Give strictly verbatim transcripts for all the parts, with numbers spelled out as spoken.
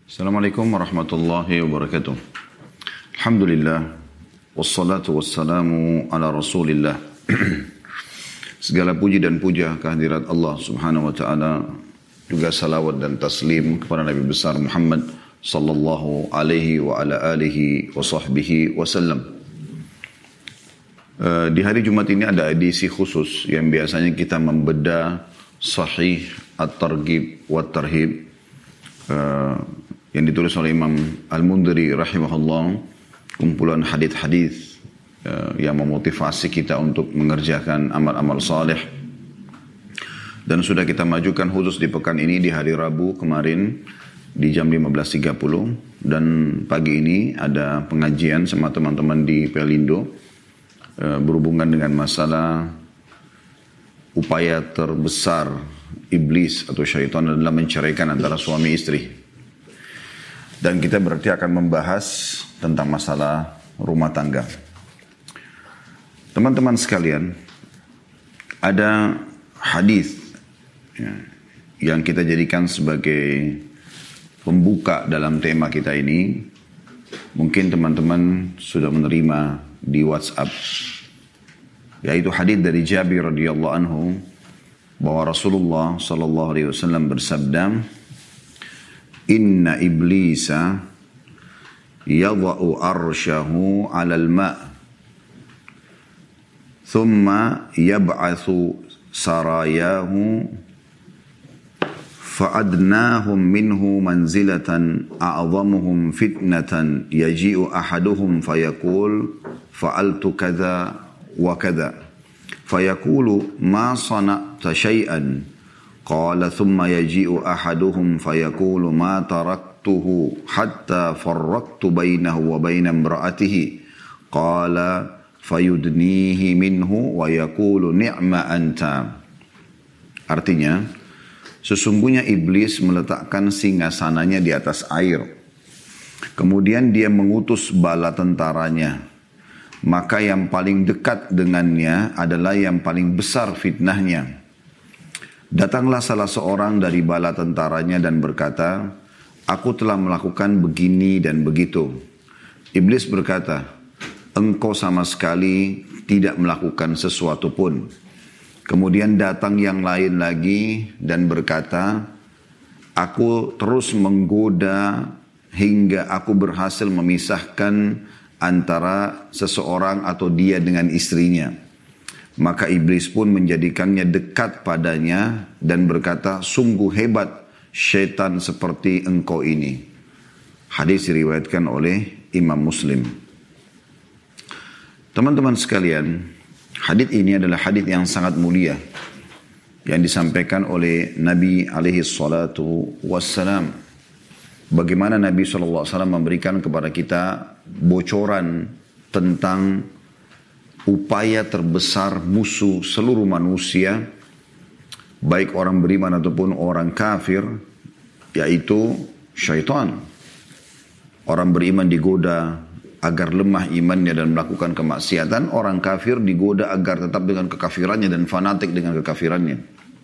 Assalamualaikum warahmatullahi wabarakatuh. Alhamdulillah. Wassalatu wassalamu ala rasulillah. Segala puji dan puja kehadirat Allah subhanahu wa ta'ala. Juga salawat dan taslim kepada Nabi besar Muhammad sallallahu alaihi wa ala alihi wa sahbihi wasallam. Uh, di hari Jumat ini ada edisi khusus yang biasanya kita membedah Sahih At-Targhib wa Tarhib. Uh, yang ditulis oleh Imam Al-Mundhiri rahimahullah, kumpulan hadith-hadith uh, yang memotivasi kita untuk mengerjakan amal-amal saleh. Dan sudah kita majukan khusus di pekan ini di hari Rabu kemarin di jam lima belas tiga puluh, dan pagi ini ada pengajian sama teman-teman di Pelindo uh, berhubungan dengan masalah upaya terbesar iblis atau syaitan adalah menceraikan antara suami istri. Dan kita berarti akan membahas tentang masalah rumah tangga. Teman-teman sekalian, ada hadis ya, yang kita jadikan sebagai pembuka dalam tema kita ini. Mungkin teman-teman sudah menerima di WhatsApp, yaitu hadis dari Jabir radhiyallahu anhu bahwa Rasulullah sallallahu alaihi wasallam bersabda, Inna iblisa yadha'u arsyahu 'alal ma' thumma yab'athu sarayahu fa'adnahum minhu manzilatan a'zamuhum fitnatan yaji'u ahaduhum fayaqul fa'altu kadha wa kadha fayaqulu ma sana'ta shay'an Qala thumma yaji'u ahaduhum fayaqulu ma taraktuhu hatta farraqtu bainahu wa baina imra'atihi. Qala fayudnihi minhu wa yaqulu ni'ma anta. Artinya, sesungguhnya iblis meletakkan singgasananya di atas air. Kemudian dia mengutus bala tentaranya. Maka yang paling dekat dengannya adalah yang paling besar fitnahnya. Datanglah salah seorang dari bala tentaranya dan berkata, aku telah melakukan begini dan begitu. Iblis berkata, engkau sama sekali tidak melakukan sesuatu pun. Kemudian datang yang lain lagi dan berkata, aku terus menggoda hingga aku berhasil memisahkan antara seseorang atau dia dengan istrinya. Maka iblis pun menjadikannya dekat padanya dan berkata, sungguh hebat syaitan seperti engkau ini. Hadis diriwayatkan oleh Imam Muslim. Teman-teman sekalian, hadis ini adalah hadis yang sangat mulia yang disampaikan oleh Nabi alaihi salatu wassalam. Bagaimana Nabi shallallahu alaihi wasallam memberikan kepada kita bocoran tentang upaya terbesar musuh seluruh manusia, baik orang beriman ataupun orang kafir, yaitu syaitan. Orang beriman digoda agar lemah imannya dan melakukan kemaksiatan. Orang kafir digoda agar tetap dengan kekafirannya dan fanatik dengan kekafirannya.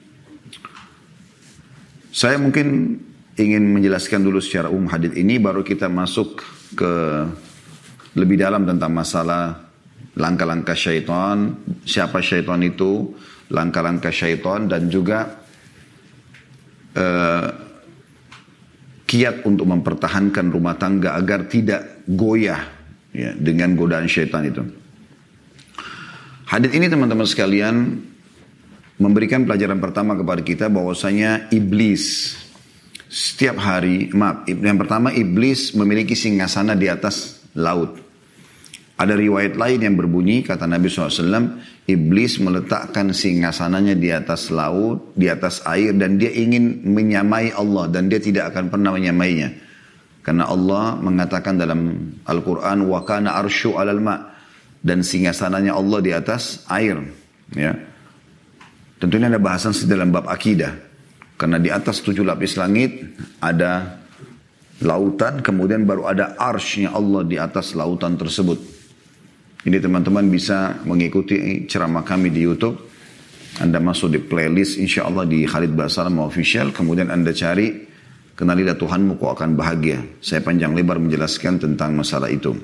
Saya mungkin ingin menjelaskan dulu secara umum hadis ini, baru kita masuk ke lebih dalam tentang masalah langkah-langkah syaitan, siapa syaitan itu, langkah-langkah syaitan, dan juga uh, kiat untuk mempertahankan rumah tangga agar tidak goyah ya, dengan godaan syaitan itu. Hadis ini teman-teman sekalian memberikan pelajaran pertama kepada kita bahwasanya iblis setiap hari, maaf, yang pertama iblis memiliki singgasana di atas laut. Ada riwayat lain yang berbunyi, kata Nabi shallallahu alaihi wasallam, iblis meletakkan singgasananya di atas laut, di atas air, dan dia ingin menyamai Allah, dan dia tidak akan pernah menyamainya. Karena Allah mengatakan dalam Al-Quran, wa kana arsyu alal ma', dan singgasananya Allah di atas air. Ya. Tentunya ada bahasan dalam bab akidah. Karena di atas tujuh lapis langit ada lautan, kemudian baru ada arsy-nya Allah di atas lautan tersebut. Ini teman-teman bisa mengikuti ceramah kami di YouTube. Anda masuk di playlist insya Allah di Khalid Basalam Official. Kemudian Anda cari kenalilah Tuhanmu, kau akan bahagia. Saya panjang lebar menjelaskan tentang masalah itu.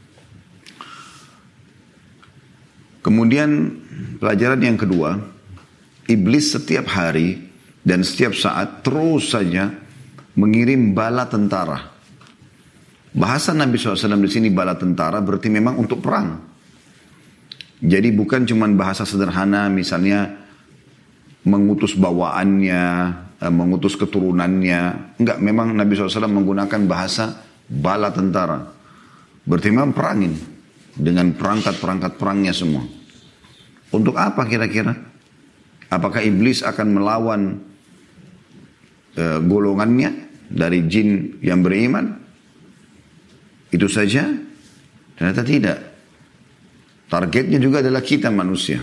Kemudian pelajaran yang kedua, iblis setiap hari dan setiap saat terus saja mengirim bala tentara. Bahasa Nabi shallallahu alaihi wasallam di sini bala tentara berarti memang untuk perang. Jadi bukan cuma bahasa sederhana misalnya mengutus bawaannya, mengutus keturunannya. Enggak, memang Nabi shallallahu alaihi wasallam menggunakan bahasa bala tentara. Berarti memang perangin dengan perangkat-perangkat perangnya semua. Untuk apa kira-kira? Apakah iblis akan melawan uh, golongannya dari jin yang beriman? Itu saja? Ternyata tidak. Targetnya juga adalah kita manusia.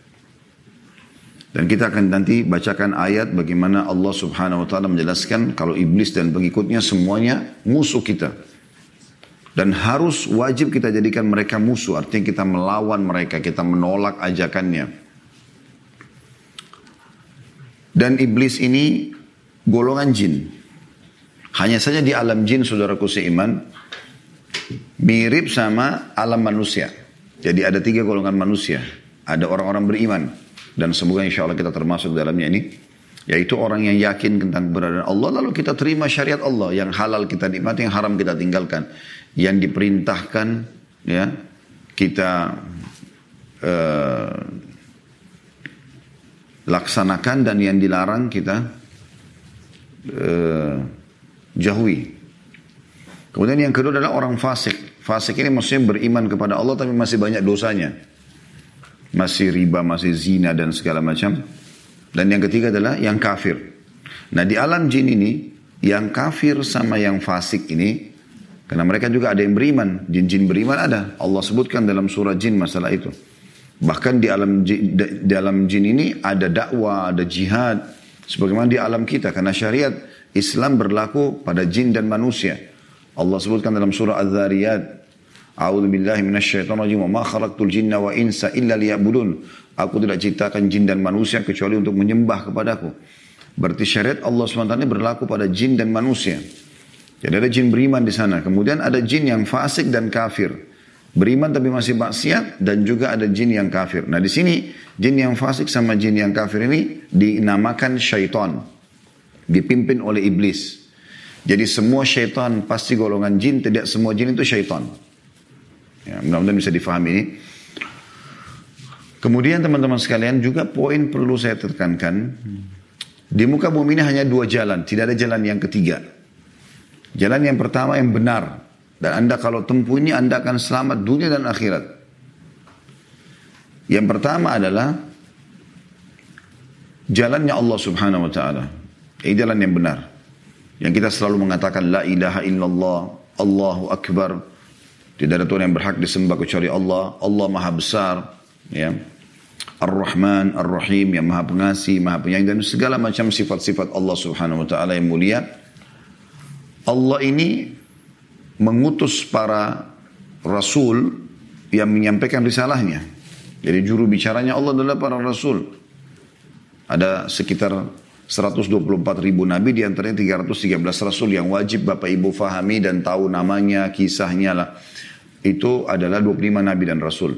Dan kita akan nanti bacakan ayat bagaimana Allah subhanahu wa ta'ala menjelaskan kalau iblis dan pengikutnya semuanya musuh kita. Dan harus wajib kita jadikan mereka musuh. Artinya kita melawan mereka, kita menolak ajakannya. Dan iblis ini golongan jin. Hanya saja di alam jin, saudaraku seiman, mirip sama alam manusia. Jadi ada tiga golongan manusia. Ada orang-orang beriman. Dan semoga insya Allah kita termasuk dalamnya ini. Yaitu orang yang yakin tentang keberadaan Allah. Lalu kita terima syariat Allah. Yang halal kita nikmati, yang haram kita tinggalkan. Yang diperintahkan, ya, kita uh, laksanakan. Dan yang dilarang kita uh, jauhi. Kemudian yang kedua adalah orang fasik. Fasik ini maksudnya beriman kepada Allah tapi masih banyak dosanya. Masih riba, masih zina dan segala macam. Dan yang ketiga adalah yang kafir. Nah di alam jin ini, yang kafir sama yang fasik ini, karena mereka juga ada yang beriman. Jin-jin beriman ada. Allah sebutkan dalam surah jin masalah itu. Bahkan di alam jin, di alam jin ini ada dakwah, ada jihad. Sebagaimana di alam kita. Karena syariat Islam berlaku pada jin dan manusia. Allah sebutkan dalam surah Az-Zariyat, A'udzu billahi minasyaitonir rajim, wa ma khalaqtul jinna wa insa illa liya'budun. Aku tidak ciptakan jin dan manusia kecuali untuk menyembah kepadaku. Berarti syariat Allah subhanahu wa taala berlaku pada jin dan manusia. Jadi ada jin beriman di sana. Kemudian ada jin yang fasik dan kafir. Beriman tapi masih maksiat, dan juga ada jin yang kafir. Nah di sini jin yang fasik sama jin yang kafir ini dinamakan syaitan. Dipimpin oleh iblis. Jadi semua syaitan pasti golongan jin, tidak semua jin itu syaitan. Ya, mudah-mudahan bisa difahami ini. Kemudian teman-teman sekalian juga poin perlu saya tekankan. Di muka bumi ini hanya dua jalan, tidak ada jalan yang ketiga. Jalan yang pertama yang benar. Dan Anda kalau tempuh ini Anda akan selamat dunia dan akhirat. Yang pertama adalah jalannya Allah subhanahu wa ta'ala. Ini jalan yang benar. Yang kita selalu mengatakan la ilaha illallah, Allahu akbar. Tidak ada Tuhan yang berhak disembah kecuali Allah. Allah maha besar, ya. Ar-Rahman, Ar-Rahim, yang maha pengasih, maha penyayang, dan segala macam sifat-sifat Allah subhanahu wa ta'ala yang mulia. Allah ini mengutus para rasul yang menyampaikan risalahnya. Jadi juru bicaranya Allah adalah para rasul. Ada sekitar seratus dua puluh empat ribu nabi, di antaranya tiga ratus tiga belas rasul yang wajib Bapak Ibu fahami dan tahu namanya, kisahnya lah. Itu adalah dua puluh lima nabi dan rasul.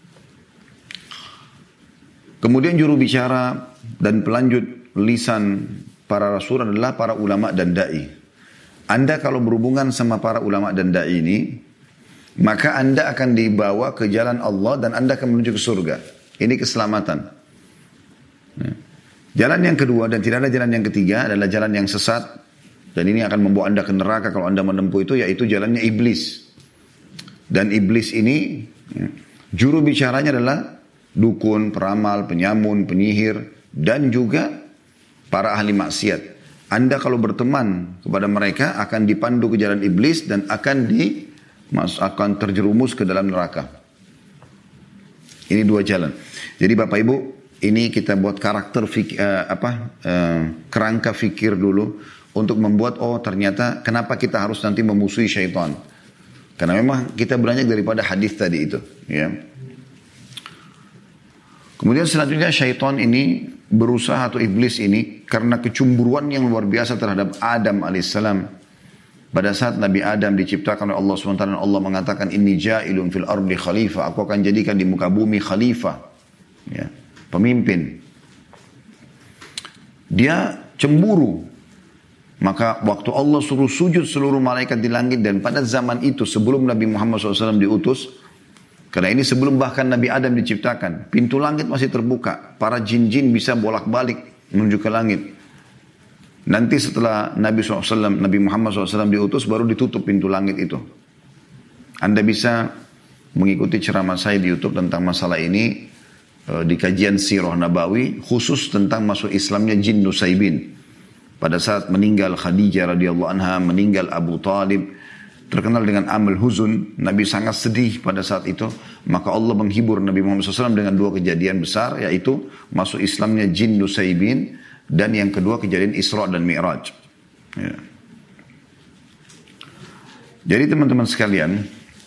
Kemudian juru bicara dan pelanjut lisan para rasul adalah para ulama dan da'i. Anda kalau berhubungan sama para ulama dan da'i ini, maka Anda akan dibawa ke jalan Allah dan Anda akan menuju ke surga. Ini keselamatan. Ya. Jalan yang kedua dan tidak ada jalan yang ketiga adalah jalan yang sesat. Dan ini akan membawa Anda ke neraka kalau Anda menempuh itu, yaitu jalannya iblis. Dan iblis ini, ya, juru bicaranya adalah dukun, peramal, penyamun, penyihir, dan juga para ahli maksiat. Anda kalau berteman kepada mereka akan dipandu ke jalan iblis dan akan di akan terjerumus ke dalam neraka. Ini dua jalan. Jadi Bapak Ibu, ini kita buat karakter fikir, uh, apa uh, kerangka fikir dulu untuk membuat oh ternyata kenapa kita harus nanti memusuhi syaitan. Karena memang kita beranjak daripada hadis tadi itu, ya. Kemudian selanjutnya syaitan ini berusaha, atau iblis ini, karena kecemburuan yang luar biasa terhadap Adam alaihissalam. Pada saat Nabi Adam diciptakan oleh Allah subhanahu wa taala, Allah mengatakan, inni ja'ilun fil ardi khalifah, aku akan jadikan di muka bumi khalifah, ya, pemimpin. Dia cemburu. Maka waktu Allah suruh sujud seluruh malaikat di langit, dan pada zaman itu sebelum Nabi Muhammad shallallahu alaihi wasallam diutus, karena ini sebelum bahkan Nabi Adam diciptakan, pintu langit masih terbuka. Para jin-jin bisa bolak-balik menuju ke langit. Nanti setelah Nabi shallallahu alaihi wasallam, Nabi Muhammad shallallahu alaihi wasallam diutus, baru ditutup pintu langit itu. Anda bisa mengikuti ceramah saya di YouTube tentang masalah ini, di kajian Sirah Nabawi, khusus tentang masuk Islamnya jin Nusaybin. Pada saat meninggal Khadijah radhiyallahu anha, meninggal Abu Talib, terkenal dengan amal huzun, Nabi sangat sedih pada saat itu. Maka Allah menghibur Nabi Muhammad shallallahu alaihi wasallam dengan dua kejadian besar, yaitu masuk Islamnya jin Nusaybin, dan yang kedua kejadian Isra dan Mi'raj. Ya. Jadi teman-teman sekalian,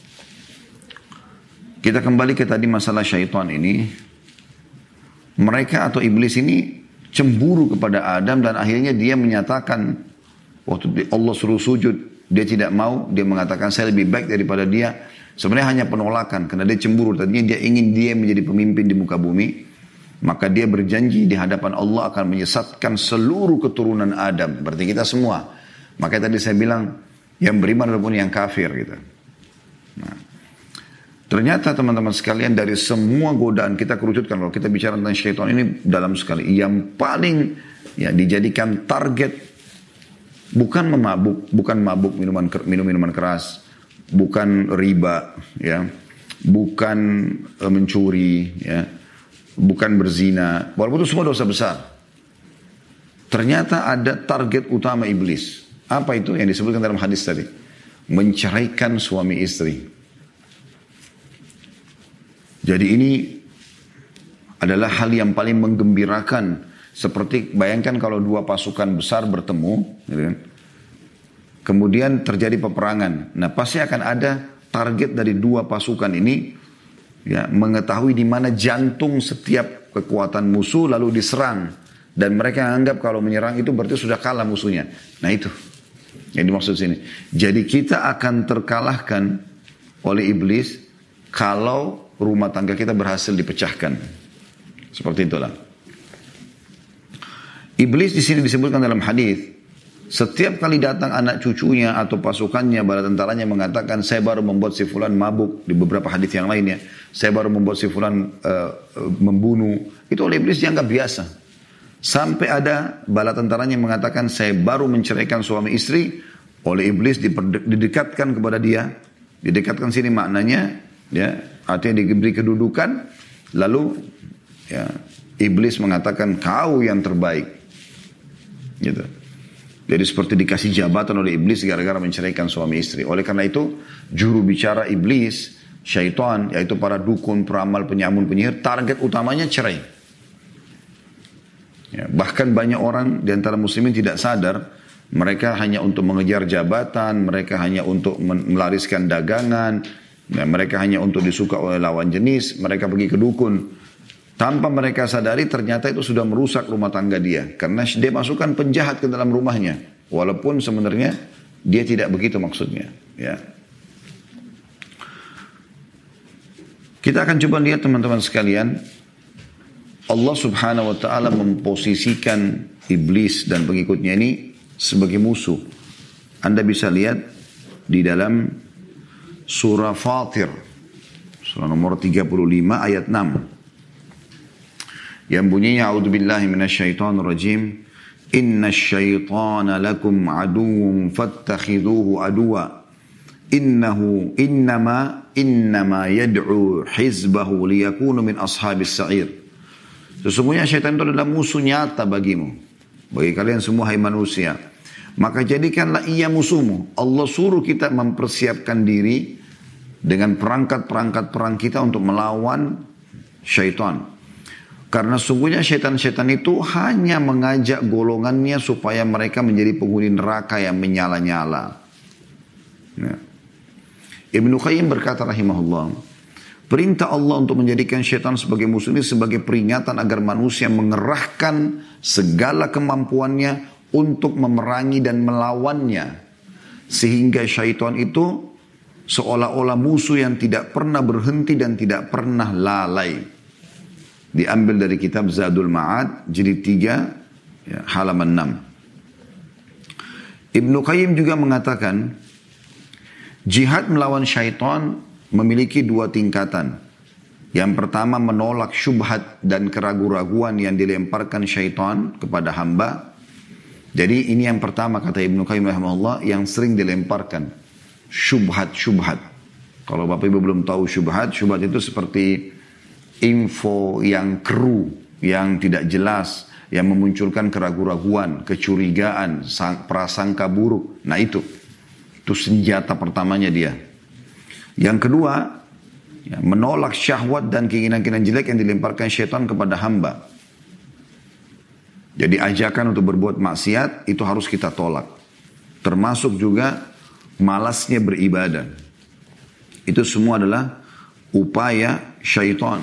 kita kembali ke tadi masalah syaitan ini. Mereka atau iblis ini cemburu kepada Adam, dan akhirnya dia menyatakan, waktu Allah suruh sujud, dia tidak mau, dia mengatakan saya lebih baik daripada dia. Sebenarnya hanya penolakan, karena dia cemburu. Tadinya dia ingin dia menjadi pemimpin di muka bumi. Maka dia berjanji di hadapan Allah akan menyesatkan seluruh keturunan Adam. Berarti kita semua. Maka tadi saya bilang, yang beriman ataupun yang kafir gitu. Nah, ternyata teman-teman sekalian, dari semua godaan kita kerucutkan, kalau kita bicara tentang syaitan ini dalam sekali, yang paling ya dijadikan target bukan memabuk, bukan mabuk minuman minum minuman keras, bukan riba, ya, bukan uh, mencuri, ya, bukan berzina, walaupun itu semua dosa besar. Ternyata ada target utama iblis. Apa itu yang disebutkan dalam hadis tadi? Menceraikan suami istri. Jadi ini adalah hal yang paling menggembirakan. Seperti bayangkan kalau dua pasukan besar bertemu, gitu kan? Kemudian terjadi peperangan. Nah, pasti akan ada target dari dua pasukan ini, ya, mengetahui di mana jantung setiap kekuatan musuh, lalu diserang. Dan mereka anggap kalau menyerang itu berarti sudah kalah musuhnya. Nah itu yang dimaksud sini. Jadi kita akan terkalahkan oleh iblis kalau rumah tangga kita berhasil dipecahkan. Seperti itulah. Iblis di sini disebutkan dalam hadis, setiap kali datang anak cucunya atau pasukannya, bala tentaranya mengatakan, saya baru membuat si fulan mabuk. Di beberapa hadis yang lainnya, saya baru membuat si fulan uh, membunuh. Itu oleh iblis dianggap biasa. Sampai ada bala tentaranya mengatakan, saya baru menceraikan suami istri. Oleh iblis didekatkan kepada dia. Didekatkan sini maknanya, ya, artinya diberi kedudukan, lalu ya, iblis mengatakan kau yang terbaik, gitu. Jadi seperti dikasih jabatan oleh iblis gara-gara menceraikan suami istri. Oleh karena itu juru bicara iblis, syaitan, yaitu para dukun, peramal, penyamun, penyihir, target utamanya cerai. Ya, bahkan banyak orang di antara muslimin tidak sadar, mereka hanya untuk mengejar jabatan, mereka hanya untuk melariskan dagangan. Nah, mereka hanya untuk disuka oleh lawan jenis, mereka pergi ke dukun. Tanpa mereka sadari ternyata itu sudah merusak rumah tangga dia. Karena dia masukkan penjahat ke dalam rumahnya. Walaupun sebenarnya dia tidak begitu maksudnya. Ya. Kita akan coba lihat teman-teman sekalian. Allah subhanahu wa ta'ala memposisikan iblis dan pengikutnya ini sebagai musuh. Anda bisa lihat di dalam surah Fatir, surah nomor tiga puluh lima ayat enam. Yang bunyinya, a'udzubillahi minasyaitonir rajim, innasyaitana lakum aduwwun fattakhidhuhu aduwwa innahu innama innama yad'u hizbahu liyakunu min ashabis sa'ir. Sesungguhnya syaitan itu adalah musuh nyata bagimu, bagi kalian semua hai manusia. Maka jadikanlah ia musuhmu. Allah suruh kita mempersiapkan diri dengan perangkat-perangkat perang kita untuk melawan syaitan. Karena sungguhnya syaitan-syaitan itu hanya mengajak golongannya supaya mereka menjadi penghuni neraka yang menyala-nyala. Ya. Ibnu Qayyim berkata rahimahullah, Perintah Allah untuk menjadikan syaitan sebagai musuh ini sebagai peringatan agar manusia mengerahkan segala kemampuannya untuk memerangi dan melawannya. Sehingga syaitan itu seolah-olah musuh yang tidak pernah berhenti dan tidak pernah lalai. Diambil dari kitab Zadul Ma'ad, jilid tiga, ya, halaman enam. Ibnu Qayyim juga mengatakan, jihad melawan syaitan memiliki dua tingkatan. Yang pertama menolak syubhat dan keraguan-raguan yang dilemparkan syaitan kepada hamba. Jadi ini yang pertama kata Ibnu Qayyim rahimahullah yang sering dilemparkan. Syubhat-syubhat. Kalau Bapak Ibu belum tahu syubhat, syubhat itu seperti info yang keru, yang tidak jelas, yang memunculkan keraguan-raguan, kecurigaan, prasangka buruk. Nah itu, itu senjata pertamanya dia. Yang kedua, ya, menolak syahwat dan keinginan-keinginan jelek yang dilemparkan syaitan kepada hamba. Jadi ajakan untuk berbuat maksiat itu harus kita tolak. Termasuk juga malasnya beribadah. Itu semua adalah upaya syaitan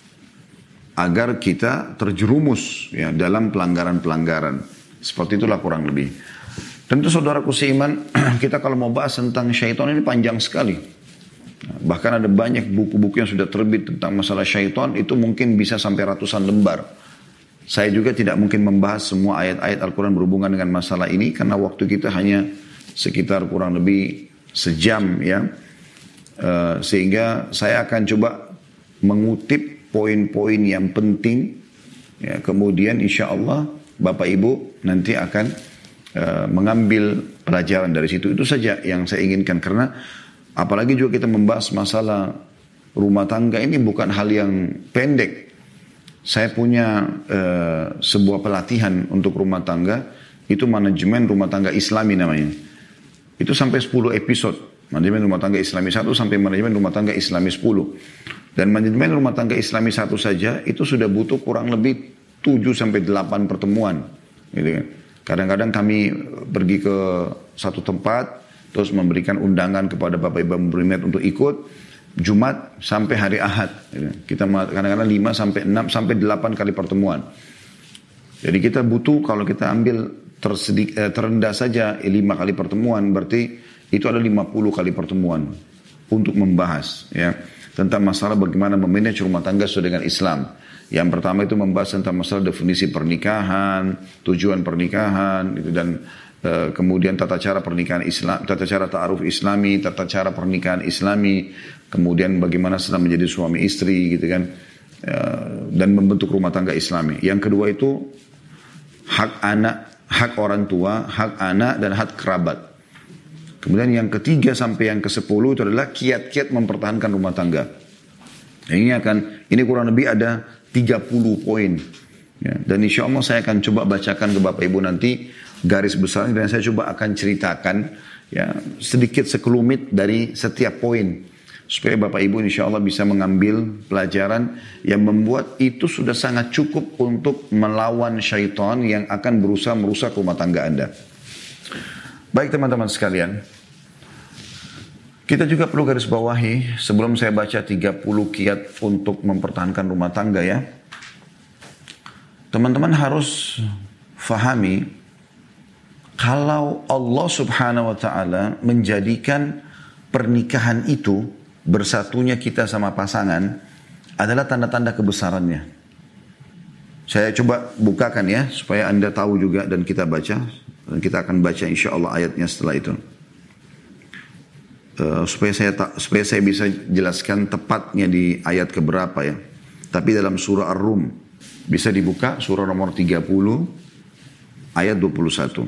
agar kita terjerumus ya, dalam pelanggaran-pelanggaran. Seperti itulah kurang lebih. Tentu saudaraku seiman, kita kalau mau bahas tentang syaitan ini panjang sekali. Bahkan ada banyak buku-buku yang sudah terbit tentang masalah syaitan, itu mungkin bisa sampai ratusan lembar. Saya juga tidak mungkin membahas semua ayat-ayat Al-Quran berhubungan dengan masalah ini, karena waktu kita hanya sekitar kurang lebih sejam ya. Uh, sehingga saya akan coba mengutip poin-poin yang penting. Ya, kemudian insya Allah Bapak Ibu nanti akan uh, mengambil pelajaran dari situ. Itu saja yang saya inginkan, karena apalagi juga kita membahas masalah rumah tangga ini bukan hal yang pendek. Saya punya uh, sebuah pelatihan untuk rumah tangga, itu manajemen rumah tangga Islami namanya. Itu sampai sepuluh episode. Manajemen rumah tangga Islami satu sampai manajemen rumah tangga Islami sepuluh. Dan manajemen rumah tangga Islami satu saja itu sudah butuh kurang lebih tujuh sampai delapan pertemuan. Gitu kan. Kadang-kadang kami pergi ke satu tempat, terus memberikan undangan kepada Bapak Ibu Berniat untuk ikut Jumat sampai hari Ahad. Kita kadang-kadang lima sampai enam sampai delapan kali pertemuan. Jadi kita butuh, kalau kita ambil tersedik, eh, terendah saja lima kali pertemuan, berarti itu ada lima puluh kali pertemuan untuk membahas ya, tentang masalah bagaimana memanage rumah tangga sesuai dengan Islam. Yang pertama itu membahas tentang masalah definisi pernikahan, tujuan pernikahan, gitu, dan kemudian tata cara pernikahan Islam, tata cara ta'aruf Islami, tata cara pernikahan Islami, kemudian bagaimana setelah menjadi suami istri gitu kan, dan membentuk rumah tangga Islami. Yang kedua itu hak anak, hak orang tua, hak anak dan hak kerabat. Kemudian yang ketiga sampai yang kesepuluh itu adalah kiat-kiat mempertahankan rumah tangga. Ini akan, ini kurang lebih ada tiga puluh poin. Ya, dan insya Allah saya akan coba bacakan ke Bapak Ibu nanti garis besar, dan saya coba akan ceritakan ya sedikit sekelumit dari setiap poin, supaya Bapak Ibu insya Allah bisa mengambil pelajaran yang membuat itu sudah sangat cukup untuk melawan syaitan yang akan berusaha merusak rumah tangga Anda. Baik teman-teman sekalian, kita juga perlu garis bawahi sebelum saya baca tiga puluh kiat untuk mempertahankan rumah tangga ya. Teman-teman harus fahami, kalau Allah subhanahu wa ta'ala menjadikan pernikahan itu, bersatunya kita sama pasangan, adalah tanda-tanda kebesarannya. Saya coba bukakan ya, supaya Anda tahu juga dan kita baca. Dan kita akan baca insya Allah ayatnya setelah itu. Uh, supaya saya ta- supaya saya bisa jelaskan tepatnya di ayat keberapa ya. Tapi dalam surah Ar-Rum, bisa dibuka surah nomor tiga puluh, ayat dua puluh satu.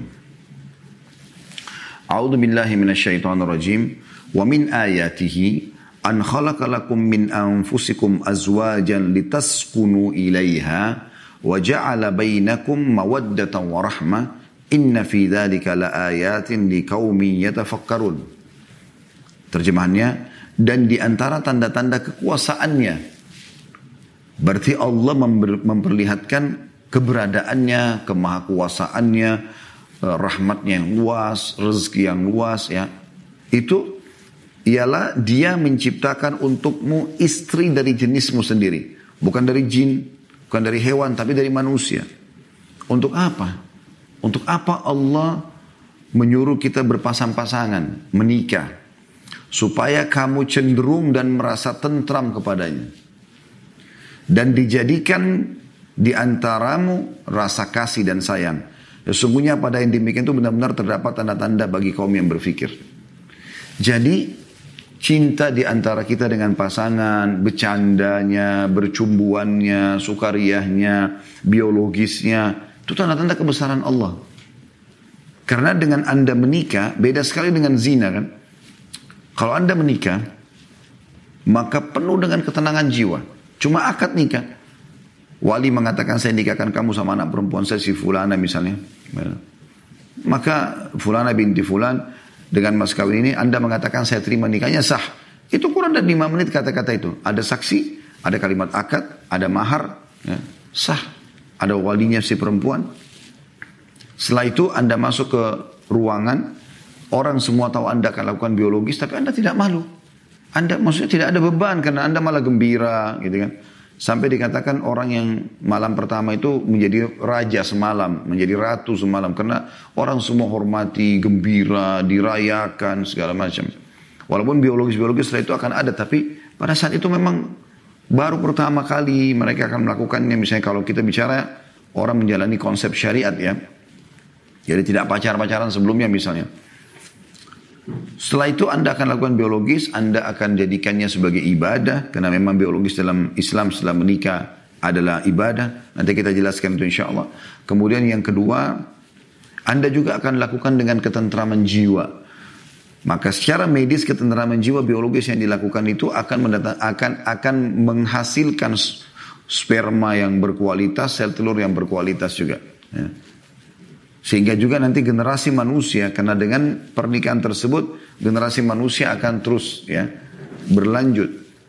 A'udzu billahi minasyaitonir rajim. Wa min ayatihi an khalaqa lakum min anfusikum azwajan litaskunu ilaiha wa ja'ala bainakum mawaddatan wa rahmah inna fi dzalika laayatin liqaumin yatafakkarun. Terjemahannya, dan di antara tanda-tanda kekuasaannya, berarti Allah member, memperlihatkan keberadaannya, kemahakuasaannya, rahmatnya yang luas, rezeki yang luas ya. Itu ialah dia menciptakan untukmu istri dari jenismu sendiri. Bukan dari jin, bukan dari hewan, tapi dari manusia. Untuk apa? Untuk apa Allah menyuruh kita berpasang-pasangan, menikah? Supaya kamu cenderung dan merasa tentram kepadanya. Dan dijadikan di antaramu rasa kasih dan sayang. Sesungguhnya pada yang demikian itu benar-benar terdapat tanda-tanda bagi kaum yang berfikir. Jadi cinta di antara kita dengan pasangan, bercandanya, bercumbuannya, sukariahnya, biologisnya, itu tanda-tanda kebesaran Allah. Karena dengan Anda menikah, beda sekali dengan zina kan. Kalau Anda menikah, maka penuh dengan ketenangan jiwa. Cuma akad nikah. Wali mengatakan saya nikahkan kamu sama anak perempuan saya si Fulana misalnya. Maka Fulana binti Fulan dengan mas kawin ini Anda mengatakan saya terima nikahnya sah. Itu kurang dari lima menit kata-kata itu. Ada saksi, ada kalimat akad, ada mahar, ya, sah. Ada walinya si perempuan. Setelah itu Anda masuk ke ruangan. Orang semua tahu Anda akan lakukan biologis, tapi Anda tidak malu. Anda maksudnya tidak ada beban karena Anda malah gembira, gitu kan. Sampai dikatakan orang yang malam pertama itu menjadi raja semalam, menjadi ratu semalam karena orang semua hormati, gembira, dirayakan segala macam. Walaupun biologis-biologis setelah itu akan ada, tapi pada saat itu memang baru pertama kali mereka akan melakukannya. Misalnya kalau kita bicara orang menjalani konsep syariat ya, jadi tidak pacar-pacaran sebelumnya misalnya. Setelah itu Anda akan lakukan biologis, Anda akan jadikannya sebagai ibadah, karena memang biologis dalam Islam setelah menikah adalah ibadah. Nanti kita jelaskan itu insya Allah. Kemudian yang kedua, Anda juga akan lakukan dengan ketentraman jiwa. Maka secara medis ketentraman jiwa biologis yang dilakukan itu akan mendatang, akan akan menghasilkan sperma yang berkualitas, sel telur yang berkualitas juga. Ya. Sehingga juga nanti generasi manusia, karena dengan pernikahan tersebut, generasi manusia akan terus ya berlanjut.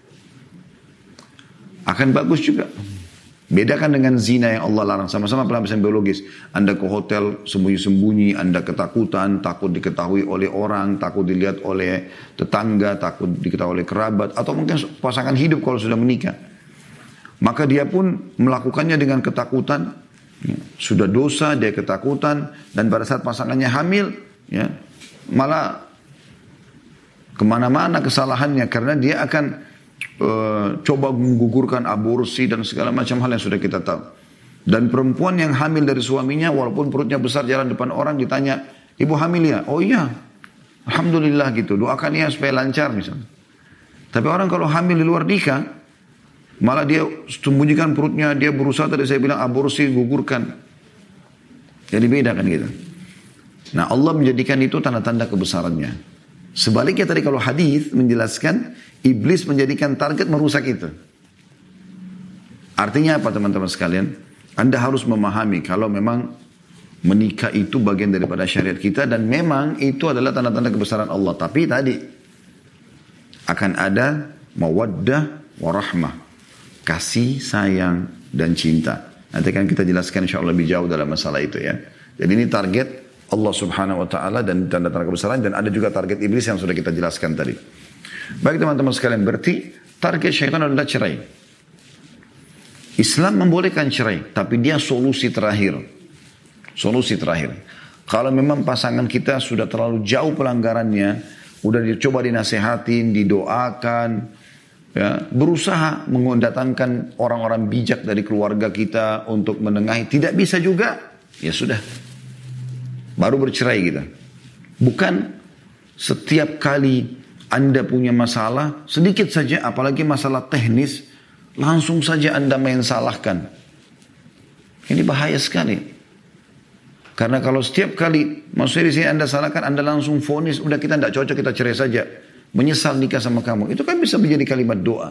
Akan bagus juga. Bedakan dengan zina yang Allah larang. Sama-sama pelampiasan biologis. Anda ke hotel sembunyi-sembunyi, Anda ketakutan, takut diketahui oleh orang, takut dilihat oleh tetangga, takut diketahui oleh kerabat, atau mungkin pasangan hidup kalau sudah menikah. Maka dia pun melakukannya dengan ketakutan. Ya, sudah dosa, dia ketakutan, dan pada saat pasangannya hamil, ya, malah kemana-mana kesalahannya karena dia akan uh, coba menggugurkan aborsi dan segala macam hal yang sudah kita tahu. Dan perempuan yang hamil dari suaminya, walaupun perutnya besar jalan depan orang, ditanya, ibu hamil ya? Oh iya, alhamdulillah gitu. Doakan ya supaya lancar misalnya. Tapi orang kalau hamil di luar nikah, malah dia sembunyikan perutnya, dia berusaha tadi saya bilang aborsi, gugurkan. Jadi beda kan gitu. Nah Allah menjadikan itu tanda-tanda kebesarannya. Sebaliknya tadi kalau hadis menjelaskan, iblis menjadikan target merusak itu. Artinya apa teman-teman sekalian? Anda harus memahami kalau memang menikah itu bagian daripada syariat kita dan memang itu adalah tanda-tanda kebesaran Allah. Tapi tadi akan ada mawaddah warahmah. Kasih, sayang, dan cinta. Nanti akan kita jelaskan insya Allah lebih jauh dalam masalah itu ya. Jadi ini target Allah subhanahu wa ta'ala dan tanda-tanda kebesaran. Dan ada juga target iblis yang sudah kita jelaskan tadi. Baik teman-teman sekalian, berarti target syaitan adalah cerai. Islam membolehkan cerai, tapi dia solusi terakhir. Solusi terakhir. Kalau memang pasangan kita sudah terlalu jauh pelanggarannya, udah dicoba dinasehatin, didoakan, ya, berusaha mendatangkan orang-orang bijak dari keluarga kita untuk menengahi, tidak bisa juga, ya sudah, baru bercerai kita. Bukan setiap kali Anda punya masalah, sedikit saja, apalagi masalah teknis, langsung saja Anda main salahkan. Ini bahaya sekali. Karena kalau setiap kali, maksudnya di sini Anda salahkan, Anda langsung vonis, udah kita tidak cocok, kita cerai saja. Menyesal nikah sama kamu. Itu kan bisa menjadi kalimat doa.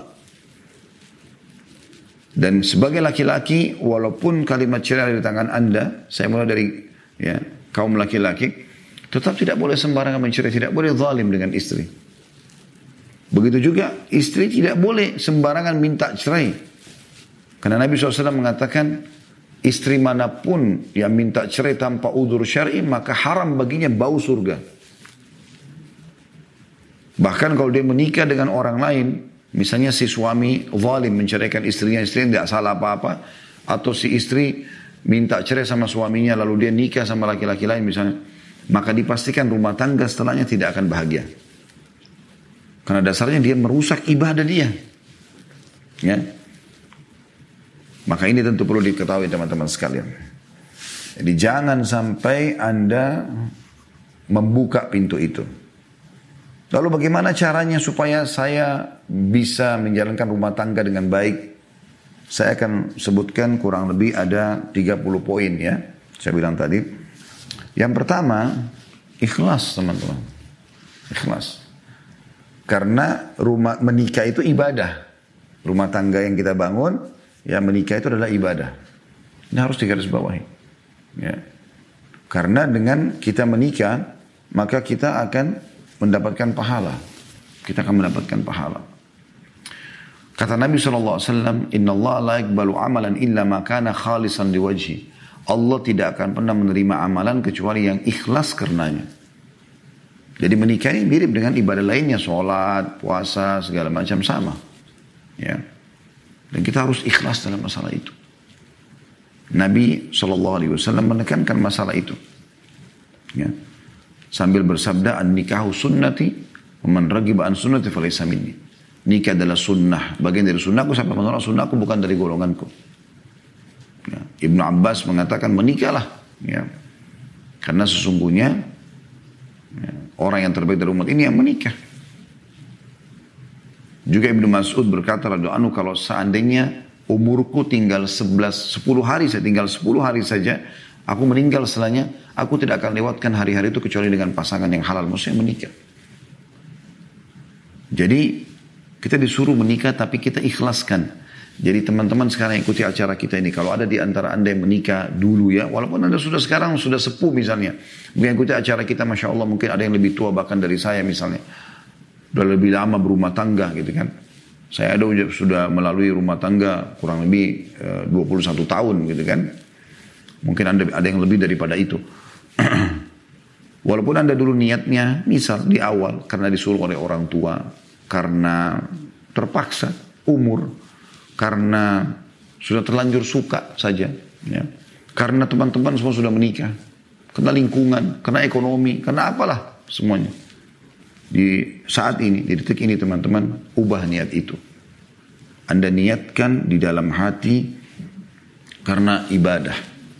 Dan sebagai laki-laki, walaupun kalimat cerai ada di tangan Anda, saya mulai dari ya, kaum laki-laki, tetap tidak boleh sembarangan mencerai, tidak boleh zalim dengan istri. Begitu juga istri tidak boleh sembarangan minta cerai. Karena Nabi shallallahu alaihi wasallam mengatakan, istri manapun yang minta cerai tanpa udzur syar'i, maka haram baginya bau surga. Bahkan kalau dia menikah dengan orang lain, misalnya si suami zalim menceraikan istrinya, istrinya tidak salah apa-apa, atau si istri minta cerai sama suaminya lalu dia nikah sama laki-laki lain misalnya, maka dipastikan rumah tangga setelahnya tidak akan bahagia. Karena dasarnya dia merusak ibadah dia. Ya. Maka ini tentu perlu diketahui teman-teman sekalian. Jadi jangan sampai Anda membuka pintu itu. Lalu bagaimana caranya supaya saya bisa menjalankan rumah tangga dengan baik? Saya akan sebutkan kurang lebih ada tiga puluh poin ya. Saya bilang tadi. Yang pertama, ikhlas teman-teman. Ikhlas. Karena rumah menikah itu ibadah. Rumah tangga yang kita bangun, ya menikah itu adalah ibadah. Ini harus digarisbawahi. Ya. Karena dengan kita menikah, maka kita akan mendapatkan pahala. Kita akan mendapatkan pahala. Kata Nabi shallallahu alaihi wasallam, Inna Allah la yakbalu amalan illa ma kana khalisan liwajhi. Allah tidak akan pernah menerima amalan kecuali yang ikhlas karenanya. Jadi menikah ini mirip dengan ibadah lainnya, sholat, puasa, segala macam sama. Ya. Dan kita harus ikhlas dalam masalah itu. Nabi shallallahu alaihi wasallam menekankan masalah itu. Ya. Sambil bersabda, an-nikahu sunnati, man ragiba an sunnati falaysa minni. Nikah adalah sunnah, bagian dari sunnahku, sampai menolak sunnahku bukan dari golonganku. Ya. Ibnu Abbas mengatakan menikahlah, ya. Karena sesungguhnya ya, orang yang terbaik dari umat ini yang menikah. Juga Ibnu Mas'ud berkata, radhiyallahu anhu, kalau seandainya umurku tinggal sebelas, sepuluh hari, saya tinggal sepuluh hari saja, aku meninggal setelahnya, aku tidak akan lewatkan hari-hari itu kecuali dengan pasangan yang halal, maksudnya menikah. Jadi kita disuruh menikah tapi kita ikhlaskan. Jadi teman-teman sekarang ikuti acara kita ini, kalau ada di antara anda yang menikah dulu ya, walaupun anda sudah sekarang sudah sepuh misalnya, mungkin ikuti acara kita, Masya Allah, mungkin ada yang lebih tua bahkan dari saya misalnya, sudah lebih lama berumah tangga gitu kan. Saya ada sudah melalui rumah tangga kurang lebih uh, dua puluh satu tahun gitu kan. Mungkin anda ada yang lebih daripada itu. Walaupun anda dulu niatnya, misal di awal karena disuruh oleh orang tua, karena terpaksa, umur, karena sudah terlanjur suka saja, ya. Karena teman-teman semua sudah menikah, karena lingkungan, karena ekonomi, karena apalah semuanya. Di saat ini, di detik ini teman-teman, ubah niat itu. Anda niatkan di dalam hati karena ibadah,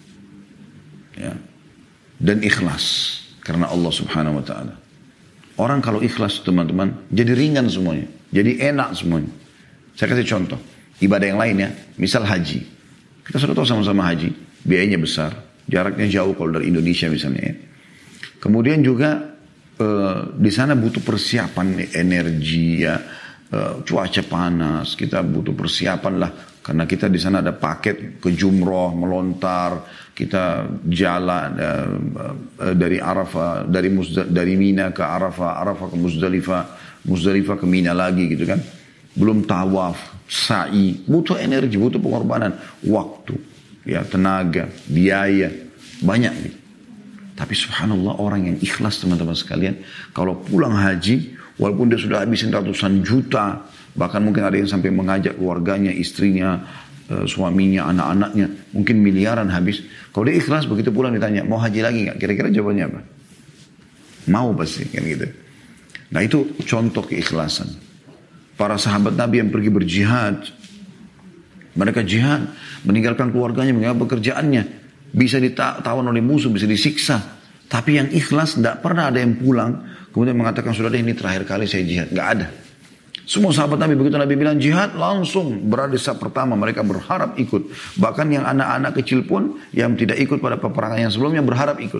ya, dan ikhlas karena Allah Subhanahu Wa Taala. Orang kalau ikhlas teman-teman, jadi ringan semuanya, jadi enak semuanya. Saya kasih contoh, ibadah yang lain ya, misal haji. Kita sudah tahu sama-sama haji, biayanya besar, jaraknya jauh kalau dari Indonesia misalnya ya. Kemudian juga Uh, di sana butuh persiapan energi ya, uh, cuaca panas, kita butuh persiapan lah, karena kita di sana ada paket ke jumroh, melontar, kita jalan uh, uh, dari Arafah, dari Musda, dari Mina ke Arafah, Arafah ke Muzdalifah, Muzdalifah ke Mina lagi gitu kan, belum tawaf, sa'i, butuh energi, butuh pengorbanan, waktu, ya, tenaga, biaya, banyak gitu. Tapi subhanallah orang yang ikhlas teman-teman sekalian, kalau pulang haji, walaupun dia sudah habisin ratusan juta, bahkan mungkin ada yang sampai mengajak keluarganya, istrinya, suaminya, anak-anaknya, mungkin miliaran habis. Kalau dia ikhlas begitu pulang ditanya, mau haji lagi nggak? Kira-kira jawabannya apa? Mau pasti kan gitu. Nah itu contoh keikhlasan. Para sahabat Nabi yang pergi berjihad, mereka jihad, meninggalkan keluarganya, meninggalkan pekerjaannya. Bisa ditawan oleh musuh, bisa disiksa. Tapi yang ikhlas, tidak pernah ada yang pulang kemudian mengatakan, sudah deh ini terakhir kali saya jihad. Nggak ada. Semua sahabat Nabi, begitu Nabi bilang jihad, langsung berada di saat pertama. Mereka berharap ikut. Bahkan yang anak-anak kecil pun, yang tidak ikut pada peperangan yang sebelumnya, berharap ikut.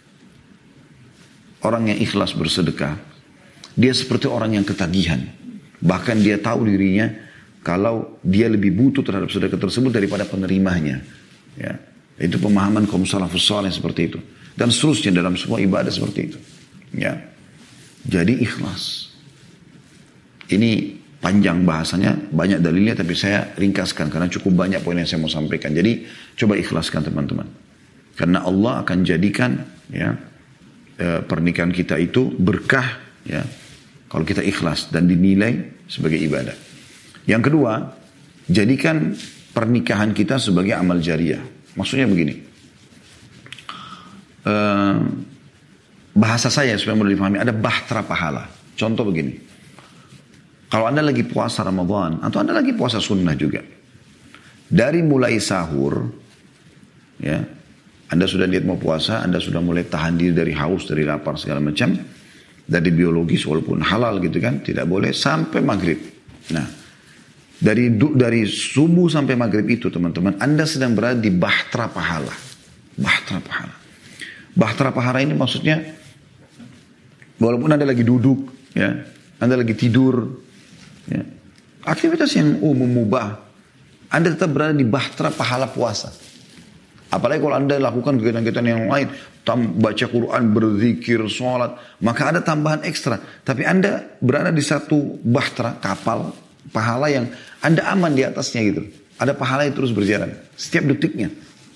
Orang yang ikhlas bersedekah, dia seperti orang yang ketagihan. Bahkan dia tahu dirinya, kalau dia lebih butuh terhadap sedekah tersebut daripada penerimanya. Ya. Itu pemahaman kaum salafus saleh seperti itu. Dan seterusnya dalam semua ibadah seperti itu. Ya. Jadi ikhlas. Ini panjang bahasanya, banyak dalilnya, tapi saya ringkaskan karena cukup banyak poin yang saya mau sampaikan. Jadi coba ikhlaskan teman-teman. Karena Allah akan jadikan ya, pernikahan kita itu berkah, ya, Kalau kita ikhlas dan dinilai sebagai ibadah. Yang kedua, jadikan pernikahan kita sebagai amal jariah. Maksudnya begini. Uh, bahasa saya supaya mudah dipahami, ada bahtera pahala. Contoh begini. Kalau Anda lagi puasa Ramadan, atau Anda lagi puasa sunnah juga. Dari mulai sahur, ya, Anda sudah niat mau puasa, Anda sudah mulai tahan diri dari haus, dari lapar, segala macam. Dari biologis walaupun halal gitu kan, tidak boleh sampai maghrib. Nah, dari dari subuh sampai maghrib itu teman-teman, Anda sedang berada di bahtera pahala. Bahtera pahala. Bahtera pahala ini maksudnya, walaupun Anda lagi duduk, ya, Anda lagi tidur, ya, aktivitas yang umum mubah, Anda tetap berada di bahtera pahala puasa. Apalagi kalau Anda lakukan kegiatan-kegiatan yang lain, baca Quran, berzikir, sholat, maka ada tambahan ekstra. Tapi Anda berada di satu bahtera, kapal, pahala yang Anda aman di atasnya gitu. Ada pahala yang terus berjalan, setiap detiknya.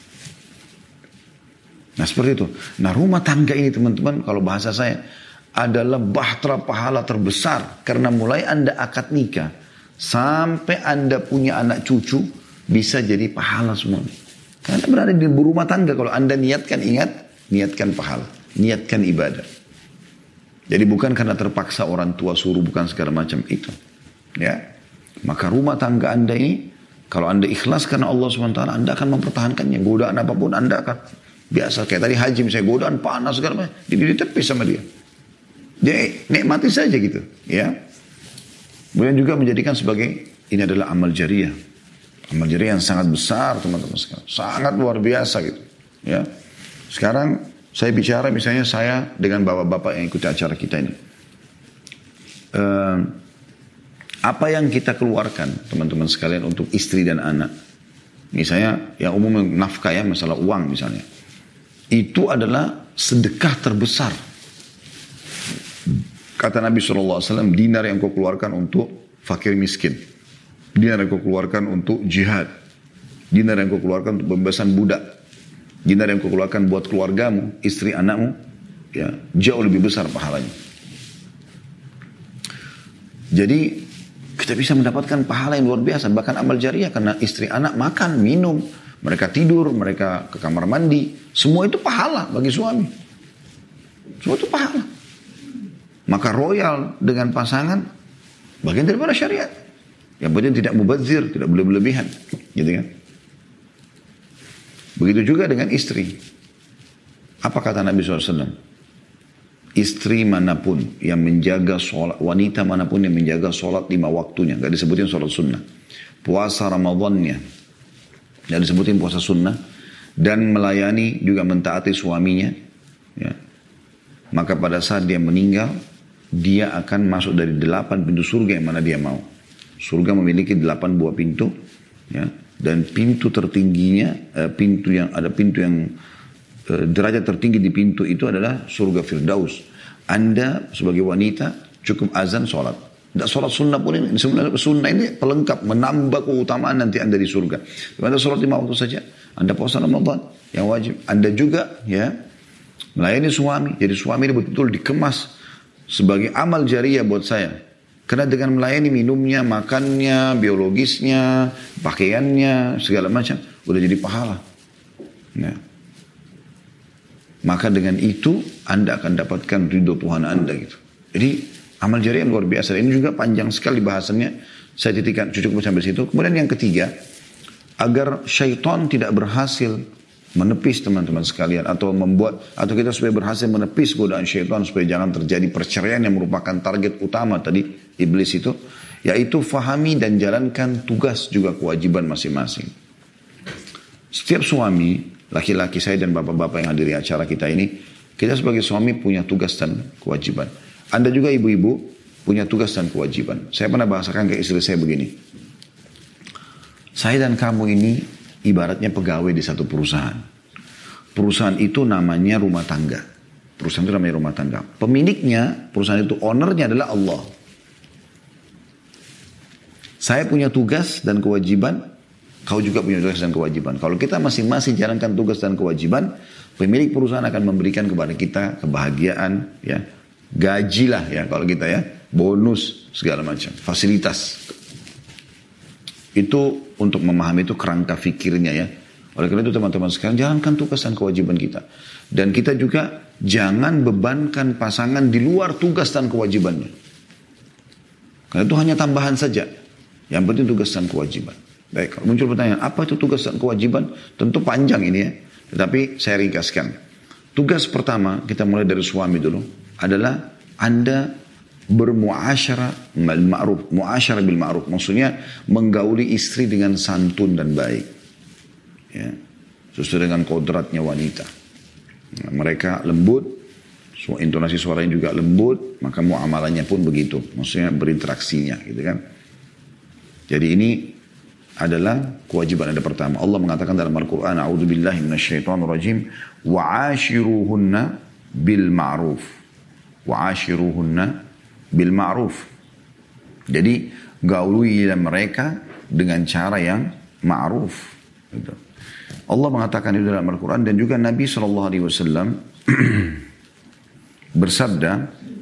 Nah seperti itu. Nah rumah tangga ini teman-teman, kalau bahasa saya, adalah bahtera pahala terbesar. Karena mulai Anda akad nikah, sampai Anda punya anak cucu, bisa jadi pahala semuanya. Karena berada di rumah tangga, kalau Anda niatkan, ingat, niatkan pahala, niatkan ibadah. Jadi bukan karena terpaksa orang tua suruh, bukan segala macam itu. Ya, maka rumah tangga Anda ini, kalau Anda ikhlas karena Allah subhanahu wa taala, Anda akan mempertahankannya. Godaan apapun Anda akan, biasa kayak tadi haji misalnya, godaan panas segala macam, jadi ditepis sama dia. Dia nikmati saja gitu. Ya, kemudian juga menjadikan sebagai, ini adalah amal jariah. Amal jariah yang sangat besar teman-teman sekalian. Sangat luar biasa gitu. Ya. Sekarang saya bicara misalnya saya dengan bapak-bapak yang ikuti acara kita ini. Uh, apa yang kita keluarkan teman-teman sekalian untuk istri dan anak. Misalnya yang umum nafkah ya, masalah uang misalnya. Itu adalah sedekah terbesar. Kata Nabi shallallahu alaihi wasallam, dinar yang kau keluarkan untuk fakir miskin. Dinar yang kau keluarkan untuk jihad. Dinar yang kau keluarkan untuk pembebasan budak. Dinar yang kau keluarkan buat keluargamu, istri anakmu, ya, jauh lebih besar pahalanya. Jadi kita bisa mendapatkan pahala yang luar biasa. Bahkan amal jariah, karena istri anak makan, minum, mereka tidur, mereka ke kamar mandi. Semua itu pahala bagi suami. Semua itu pahala. Maka royal dengan pasangan, bagian daripada syariat. Yang penting tidak mubazir, tidak boleh berlebihan. Gitu kan? Begitu juga dengan istri. Apa kata Nabi shallallahu alaihi wasallam? Istri manapun yang menjaga sholat, wanita manapun yang menjaga sholat lima waktunya, gak disebutin sholat sunnah. Puasa Ramadannya, gak disebutin puasa sunnah. Dan melayani juga mentaati suaminya. Ya. Maka pada saat dia meninggal, dia akan masuk dari delapan pintu surga yang mana dia mau. Surga memiliki delapan buah pintu, ya, dan pintu tertingginya, eh, pintu yang ada pintu yang eh, derajat tertinggi di pintu itu adalah surga Firdaus. Anda sebagai wanita cukup azan sholat, tidak sholat sunnah pun ini. Sunnah ini pelengkap, menambah keutamaan nanti Anda di surga. Anda sholat lima waktu saja, Anda puasa Ramadan yang wajib. Anda juga ya melayani suami, jadi suami ini betul-betul dikemas sebagai amal jariah buat saya. Karena dengan melayani minumnya, makannya, biologisnya, pakaiannya, segala macam, udah jadi pahala. Ya. Maka dengan itu Anda akan dapatkan ridho Tuhan Anda gitu. Jadi amal jariah luar biasa. Ini juga panjang sekali bahasannya. Saya titikkan cukup sampai situ. Kemudian yang ketiga, agar syaitan tidak berhasil menepis teman-teman sekalian, atau membuat, atau kita supaya berhasil menepis godaan syaitan supaya jangan terjadi perceraian yang merupakan target utama tadi iblis itu, yaitu fahami dan jalankan tugas juga kewajiban masing-masing. Setiap suami, laki-laki saya dan bapak-bapak yang hadiri acara kita ini, kita sebagai suami punya tugas dan kewajiban. Anda juga ibu-ibu punya tugas dan kewajiban. Saya pernah bahasakan ke istri saya begini. Saya dan kamu ini ibaratnya pegawai di satu perusahaan. Perusahaan itu namanya rumah tangga. Perusahaan itu namanya rumah tangga. Pemiliknya, perusahaan itu, ownernya adalah Allah. Saya punya tugas dan kewajiban, kau juga punya tugas dan kewajiban. Kalau kita masing-masing jalankan tugas dan kewajiban, pemilik perusahaan akan memberikan kepada kita kebahagiaan, ya, gaji lah ya kalau kita ya, bonus, segala macam, fasilitas. Itu untuk memahami itu kerangka fikirnya ya. Oleh karena itu teman-teman sekalian, jalankan tugas dan kewajiban kita. Dan kita juga jangan bebankan pasangan di luar tugas dan kewajibannya. Karena itu hanya tambahan saja. Yang penting tugas dan kewajiban. Baik, kalau muncul pertanyaan, apa itu tugas dan kewajiban? Tentu panjang ini ya. Tetapi saya ringkaskan. Tugas pertama, kita mulai dari suami dulu, adalah Anda bermuasyarah bil ma'ruf. Muasyarah bil ma'ruf. Maksudnya menggauli istri dengan santun dan baik. Ya. Sesuai dengan kodratnya wanita. Nah, mereka lembut, intonasi suaranya juga lembut, maka muamalahnya pun begitu. Maksudnya berinteraksinya gitu kan. Jadi ini adalah kewajiban ada pertama. Allah mengatakan dalam Al-Quran, A'udzubillahi minasyaitonirrajim, wa'ashiruhunna bil ma'ruf. Wa'ashiruhunna bil ma'ruf. Jadi gauli mereka dengan cara yang ma'ruf. Gitu. Allah mengatakan itu dalam Al-Quran, dan juga Nabi shallallahu alaihi wasallam bersabda,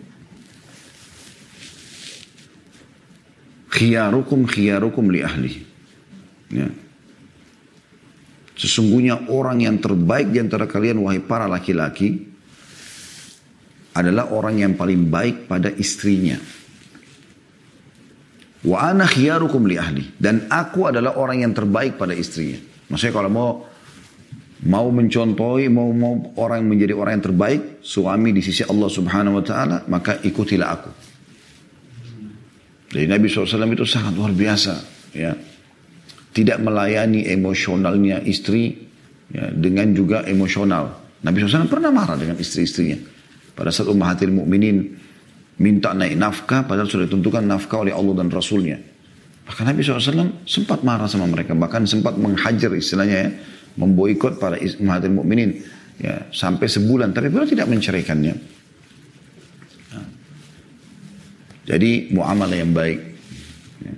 khiyarukum khiyarukum li ahli. Ya. Sesungguhnya orang yang terbaik di antara kalian, wahai para laki-laki, adalah orang yang paling baik pada istrinya. Wa ana khiyarukum li ahli. Dan aku adalah orang yang terbaik pada istrinya. Maksudnya kalau mau mau mencontohi, mau mau orang menjadi orang yang terbaik, suami di sisi Allah Subhanahu wa taala, maka ikutilah aku. Jadi Nabi shallallahu alaihi wasallam itu sangat luar biasa, ya. Tidak melayani emosionalnya istri, ya, dengan juga emosional. Nabi shallallahu alaihi wasallam pernah marah dengan istri-istrinya. Pada saat Ummahatil Mukminin minta naik nafkah, padahal sudah ditentukan nafkah oleh Allah dan Rasulnya. Bahkan Nabi shallallahu alaihi wasallam sempat marah sama mereka, bahkan sempat menghajar istilahnya ya, memboikot para Ummahatil Mukminin, ya, sampai sebulan, tapi beliau tidak menceraikannya. Nah. Jadi muamalah yang baik. Ya.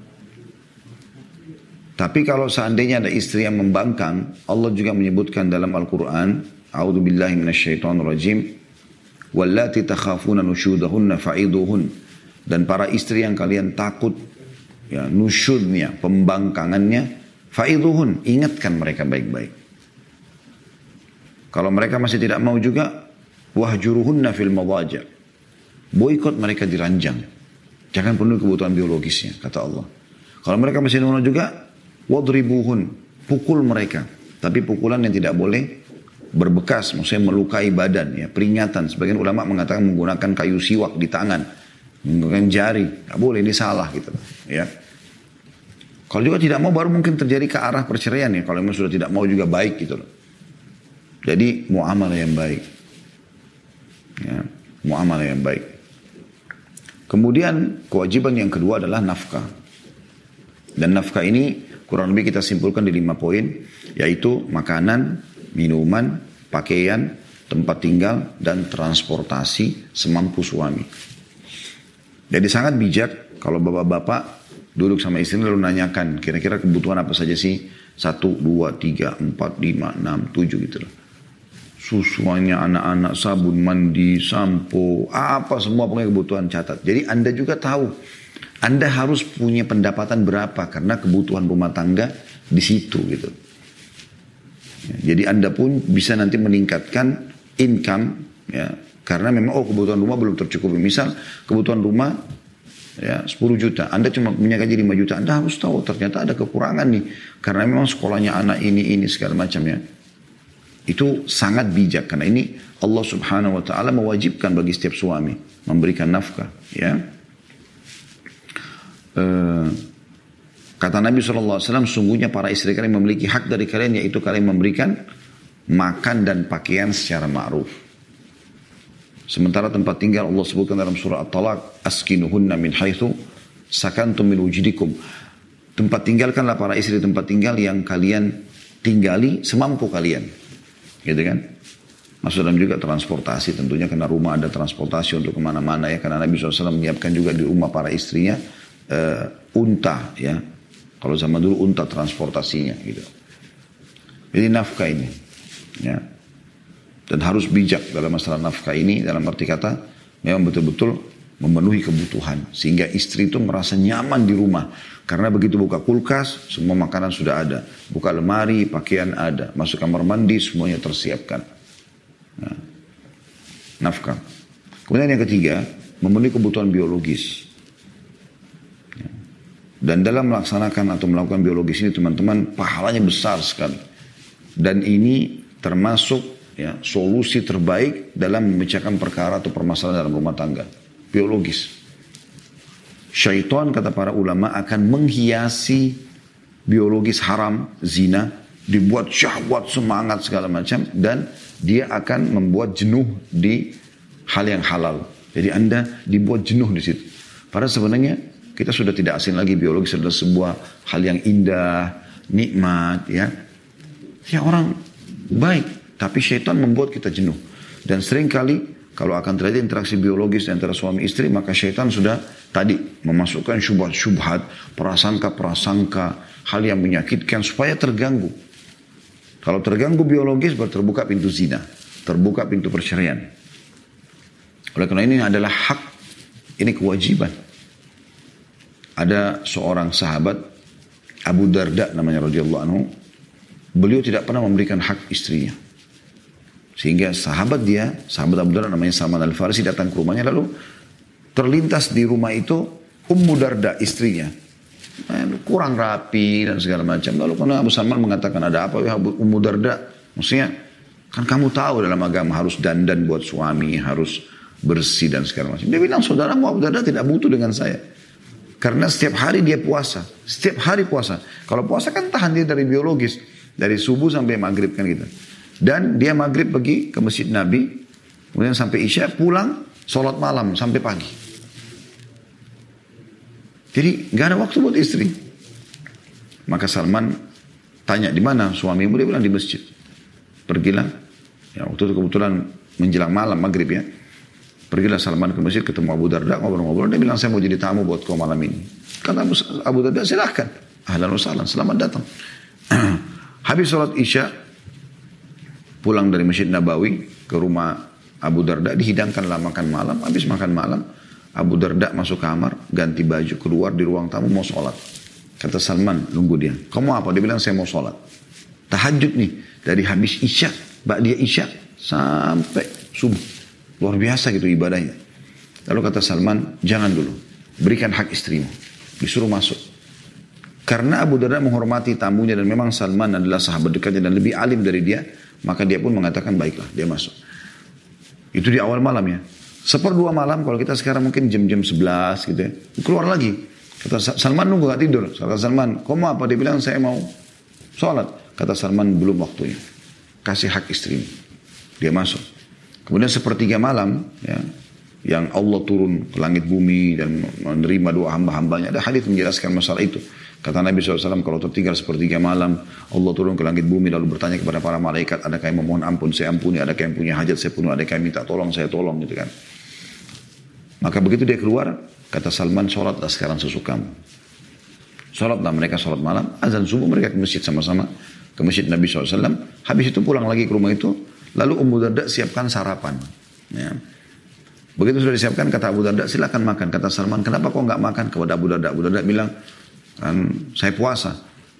Tapi kalau seandainya ada istri yang membangkang, Allah juga menyebutkan dalam Al-Quran, A'udzubillahi minasyaitonirrajim, wallati takhafuna nusyudahunna fa'iduhun. Dan para istri yang kalian takut, ya, nusyudnya, pembangkangannya, fa'iduhun, ingatkan mereka baik-baik. Kalau mereka masih tidak mau juga, wahjuruhunna fil madaja, boikot mereka di ranjang. Jangan penuhi kebutuhan biologisnya, kata Allah. Kalau mereka masih menolak juga, wadribuhun, pukul mereka. Tapi pukulan yang tidak boleh berbekas, maksudnya melukai badan, ya, peringatan. Sebagian ulama mengatakan menggunakan kayu siwak di tangan, menggunakan jari, nggak boleh, ini salah gitu, ya. Kalau juga tidak mau, baru mungkin terjadi ke arah perceraian ya. Kalau memang sudah tidak mau juga baik gitu loh. Jadi muamalah yang baik, ya, muamalah yang baik. Kemudian kewajiban yang kedua adalah nafkah. Dan nafkah ini kurang lebih kita simpulkan di lima poin, yaitu makanan, minuman, pakaian, tempat tinggal, dan transportasi semampu suami. Jadi sangat bijak kalau bapak-bapak duduk sama istri lalu nanyakan, kira-kira kebutuhan apa saja sih? Satu, dua, tiga, empat, lima, enam, tujuh gitu loh. Susuannya anak-anak, sabun mandi, sampo, apa semua pokoknya kebutuhan catat. Jadi Anda juga tahu, Anda harus punya pendapatan berapa, karena kebutuhan rumah tangga di situ gitu. Jadi Anda pun bisa nanti meningkatkan income, ya, karena memang oh kebutuhan rumah belum tercukupi. Misal kebutuhan rumah ya sepuluh juta, Anda cuma punya gaji lima juta, Anda harus tahu ternyata ada kekurangan nih, karena memang sekolahnya anak ini ini segala macam ya. Itu sangat bijak, karena ini Allah Subhanahu wa taala mewajibkan bagi setiap suami memberikan nafkah, ya. Uh, Kata Nabi shallallahu alaihi wasallam, sungguhnya para istri kalian memiliki hak dari kalian, yaitu kalian memberikan makan dan pakaian secara ma'ruf. Sementara tempat tinggal Allah sebutkan dalam surah At-Talaq, askinuhunna min haitsu sakantum min wujudikum. Tempat tinggalkanlah para istri tempat tinggal yang kalian tinggali semampu kalian. Gitu kan? Maksud dalam juga transportasi tentunya, karena rumah ada transportasi untuk kemana-mana ya. Karena Nabi shallallahu alaihi wasallam menyiapkan juga di rumah para istrinya uh, unta ya. Kalau zaman dulu unta transportasinya gitu. Jadi nafkah ini, ya. Dan harus bijak dalam masalah nafkah ini, dalam arti kata memang betul-betul memenuhi kebutuhan. Sehingga istri itu merasa nyaman di rumah. Karena begitu buka kulkas, semua makanan sudah ada. Buka lemari, pakaian ada. Masuk kamar mandi, semuanya tersiapkan. Nah, nafkah. Kemudian yang ketiga, memenuhi kebutuhan biologis. Dan dalam melaksanakan atau melakukan biologis ini teman-teman, pahalanya besar sekali. Dan ini termasuk ya, solusi terbaik dalam memecahkan perkara atau permasalahan dalam rumah tangga. Biologis. Syaitan kata para ulama akan menghiasi biologis haram, zina, dibuat syahwat, semangat segala macam, dan dia akan membuat jenuh di hal yang halal. Jadi Anda dibuat jenuh di situ. Padahal sebenarnya kita sudah tidak asing lagi, biologis adalah sebuah hal yang indah, nikmat, ya. Ya orang baik, tapi syaitan membuat kita jenuh. Dan seringkali kalau akan terjadi interaksi biologis antara suami istri, maka syaitan sudah tadi memasukkan syubhat-syubhat, prasangka-prasangka, hal yang menyakitkan supaya terganggu. Kalau terganggu biologis, baru terbuka pintu zina, terbuka pintu perceraian. Oleh karena ini adalah hak, ini kewajiban. Ada seorang sahabat, Abu Darda namanya radhiyallahu anhu, beliau tidak pernah memberikan hak istrinya. Sehingga sahabat dia, sahabat Abu Darda namanya Salman Al-Farisi datang ke rumahnya, lalu terlintas di rumah itu Ummu Darda istrinya. Kurang rapi dan segala macam. Lalu karena Abu Salman mengatakan, ada apa ya Ummu Darda? Maksudnya, kan kamu tahu dalam agama harus dandan buat suami, harus bersih dan segala macam. Dia bilang, saudaramu Abu Darda tidak butuh dengan saya. Karena setiap hari dia puasa. Setiap hari puasa. Kalau puasa kan tahan dia dari biologis. Dari subuh sampai maghrib kan gitu. Dan dia maghrib pergi ke masjid Nabi. Kemudian sampai isya pulang. Sholat malam sampai pagi. Jadi gak ada waktu buat istri. Maka Salman tanya, di mana suamimu? Dia bilang di masjid. Pergilah. Ya, waktu itu kebetulan menjelang malam maghrib ya. Pergilah Salman ke masjid, ketemu Abu Darda, ngobrol-ngobrol. Dia bilang, saya mau jadi tamu buat kau malam ini. Kata Abu Darda, silahkan. Ahlan wa sahlan, selamat datang. Habis sholat isya, pulang dari Masjid Nabawi ke rumah Abu Darda, dihidangkanlah makan malam. Habis makan malam, Abu Darda masuk kamar, ganti baju, keluar di ruang tamu, mau sholat. Kata Salman, nunggu dia. Kamu apa? Dia bilang, saya mau sholat. Tahajud nih, dari habis isya, ba'diyah isya, sampai subuh. Luar biasa gitu ibadahnya. Lalu kata Salman, jangan dulu. Berikan hak istrimu. Disuruh masuk. Karena Abu Darda menghormati tamunya dan memang Salman adalah sahabat dekatnya dan lebih alim dari dia, maka dia pun mengatakan baiklah, dia masuk. Itu di awal malam ya. Seperdua malam, kalau kita sekarang mungkin jam-jam sebelas gitu ya. Keluar lagi. Kata Salman, nunggu gak tidur. Kata Salman, kamu apa? Dia bilang, saya mau sholat. Kata Salman, belum waktunya. Kasih hak istrimu. Dia masuk. Kemudian sepertiga malam, ya, yang Allah turun ke langit bumi dan menerima doa hamba-hambanya. Ada hadis menjelaskan masalah itu. Kata Nabi shallallahu alaihi wasallam, kalau tertinggal sepertiga malam, Allah turun ke langit bumi lalu bertanya kepada para malaikat, adakah yang memohon ampun, saya ampuni, adakah yang punya hajat, saya penuhi, adakah yang minta tolong, saya tolong, gitu kan. Maka begitu dia keluar, kata Salman, sholatlah sekarang sesukamu. Sholatlah mereka sholat malam, azan subuh mereka ke masjid sama-sama, ke masjid Nabi shallallahu alaihi wasallam. Habis itu pulang lagi ke rumah itu. Lalu Ummu Darda siapkan sarapan. Ya. Begitu sudah disiapkan, kata Abu Darda, silakan makan. Kata Salman, kenapa kau nggak makan? Kepada Abu Darda. Abu Darda bilang, kan saya puasa.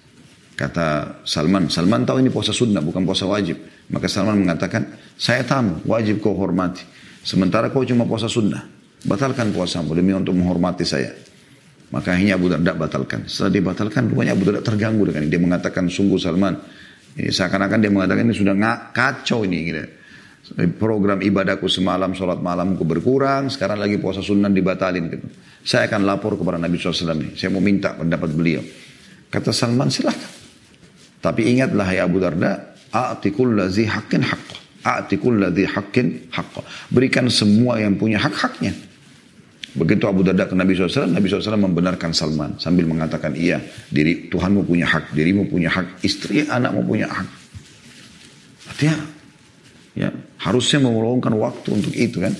Kata Salman, Salman tahu ini puasa sunnah, bukan puasa wajib. Maka Salman mengatakan, saya tamu, wajib kau hormati. Sementara kau cuma puasa sunnah. Batalkan puasamu demi untuk menghormati saya. Maka akhirnya Abu Darda batalkan. Setelah dibatalkan, rupanya Abu Darda terganggu dengan ini. Dia mengatakan, sungguh Salman, ini seakan-akan dia mengatakan ini sudah nggak kacau ini gitu. Program ibadahku semalam, sholat malamku berkurang, sekarang lagi puasa sunnah dibatalin gitu. Saya akan lapor kepada Nabi shallallahu alaihi wasallam. Saya mau minta pendapat beliau. Kata Salman, silahkan. Tapi ingatlah ya Abu Darda, a'tikul ladzi haqqin haqqa. A'tikul ladzi haqqin haqqa. Berikan semua yang punya hak-haknya. Begitu Abu Darda ke Nabi shallallahu alaihi wasallam, Nabi shallallahu alaihi wasallam membenarkan Salman sambil mengatakan, iya, diri Tuhanmu punya hak, dirimu punya hak, istri, anakmu punya hak. Artinya, ya, harusnya meluangkan waktu untuk itu kan.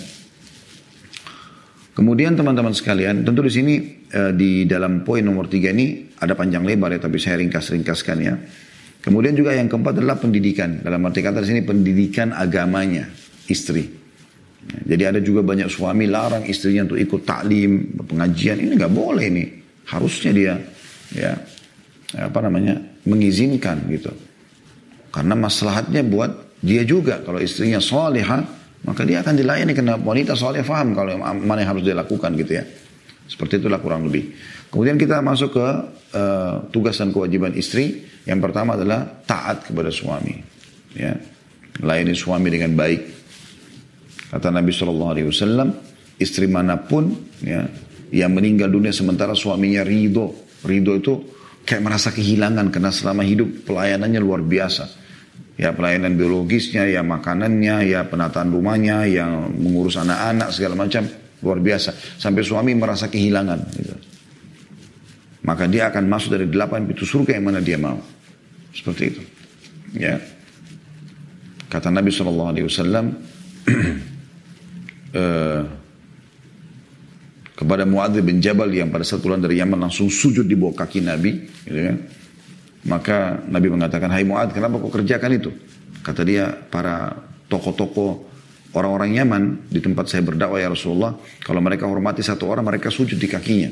Kemudian teman-teman sekalian, tentu di sini eh, di dalam poin nomor tiga ini ada panjang lebar ya, tapi saya ringkas-ringkaskan ya. Kemudian juga yang keempat adalah pendidikan. Dalam arti kata di sini pendidikan agamanya istri. Jadi ada juga banyak suami larang istrinya untuk ikut taklim, pengajian. Ini nggak boleh ini. Harusnya dia ya apa namanya mengizinkan gitu. Karena maslahatnya buat dia juga. Kalau istrinya salihah, maka dia akan dilayani karena wanita salihah faham kalau mana yang harus dia lakukan gitu ya. Seperti itulah kurang lebih. Kemudian kita masuk ke uh, tugas dan kewajiban istri. Yang pertama adalah taat kepada suami. Ya, melayani suami dengan baik. Kata Nabi shallallahu alaihi wasallam, istri manapun ya, yang meninggal dunia sementara suaminya ridho. Ridho itu kayak merasa kehilangan karena selama hidup pelayanannya luar biasa. Ya pelayanan biologisnya, ya makanannya, ya penataan rumahnya, yang mengurus anak-anak segala macam luar biasa. Sampai suami merasa kehilangan. Gitu. Maka dia akan masuk dari delapan pintu surga yang mana dia mau. Seperti itu. Ya. Kata Nabi shallallahu alaihi wasallam uh, kepada Muadz bin Jabal yang pada saat pulang dari Yaman langsung sujud di bawah kaki Nabi, gitu kan? Maka Nabi mengatakan, hai Muadz, kenapa kau kerjakan itu? Kata dia, para tokoh-tokoh orang-orang Yaman di tempat saya berdakwah ya Rasulullah, kalau mereka hormati satu orang, mereka sujud di kakinya.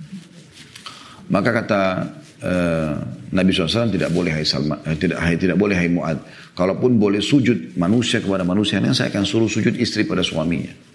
Maka kata uh, Nabi shallallahu alaihi wasallam, tidak boleh hai Salman, eh, tidak, hai, tidak boleh hai Muadz. Kalaupun boleh sujud manusia kepada manusia, saya akan suruh sujud istri pada suaminya.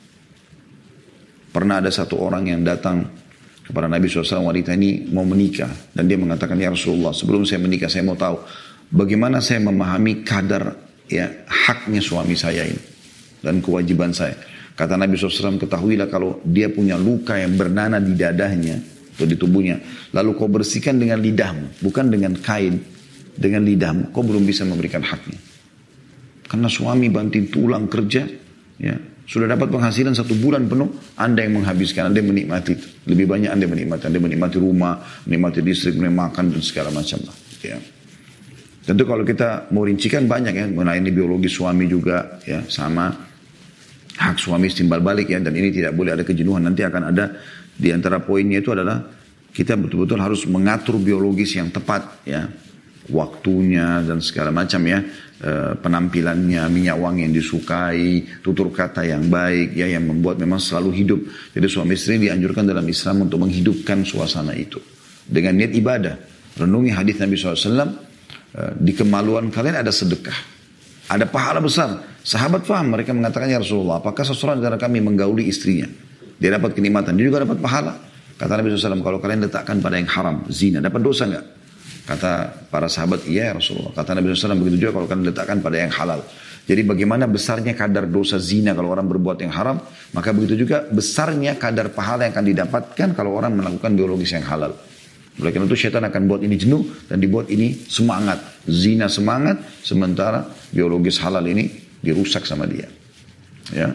Pernah ada satu orang yang datang kepada Nabi shallallahu alaihi wasallam, wanita ini mau menikah. Dan dia mengatakan, ya Rasulullah, sebelum saya menikah saya mau tahu bagaimana saya memahami kadar ya haknya suami saya ini. Dan kewajiban saya. Kata Nabi shallallahu alaihi wasallam, ketahuilah kalau dia punya luka yang bernanah di dadahnya atau di tubuhnya. Lalu kau bersihkan dengan lidahmu. Bukan dengan kain. Dengan lidahmu. Kau belum bisa memberikan haknya. Karena suami banting tulang kerja. Ya. Sudah dapat penghasilan satu bulan penuh, Anda yang menghabiskan, Anda yang menikmati itu. Lebih banyak Anda menikmati, Anda menikmati rumah, menikmati listrik, menikmati makan dan segala macam lah. Ya. Tentu kalau kita mau rincikan banyak ya, mengenai biologi suami juga ya sama hak suami timbal balik ya, dan ini tidak boleh ada kejenuhan. Nanti akan ada di antara poinnya itu adalah kita betul-betul harus mengatur biologis yang tepat ya, waktunya dan segala macam ya. E, penampilannya, minyak wangi yang disukai, tutur kata yang baik ya, yang membuat memang selalu hidup. Jadi suami istri dianjurkan dalam Islam untuk menghidupkan suasana itu dengan niat ibadah. Renungi hadis Nabi shallallahu alaihi wasallam, e, di kemaluan kalian ada sedekah, ada pahala besar. Sahabat faham, mereka mengatakan, ya Rasulullah, apakah seseorang antara kami menggauli istrinya, dia dapat kenikmatan, dia juga dapat pahala? Kata Nabi shallallahu alaihi wasallam, kalau kalian letakkan pada yang haram, zina, dapat dosa enggak? Kata para sahabat, iya ya Rasulullah. Kata Nabi shallallahu alaihi wasallam, begitu juga kalau kalian letakkan pada yang halal. Jadi bagaimana besarnya kadar dosa zina kalau orang berbuat yang haram, maka begitu juga besarnya kadar pahala yang akan didapatkan kalau orang melakukan biologis yang halal. Oleh karena itu syaitan akan buat ini jenuh dan dibuat ini semangat. Zina semangat, sementara biologis halal ini dirusak sama dia. Ya.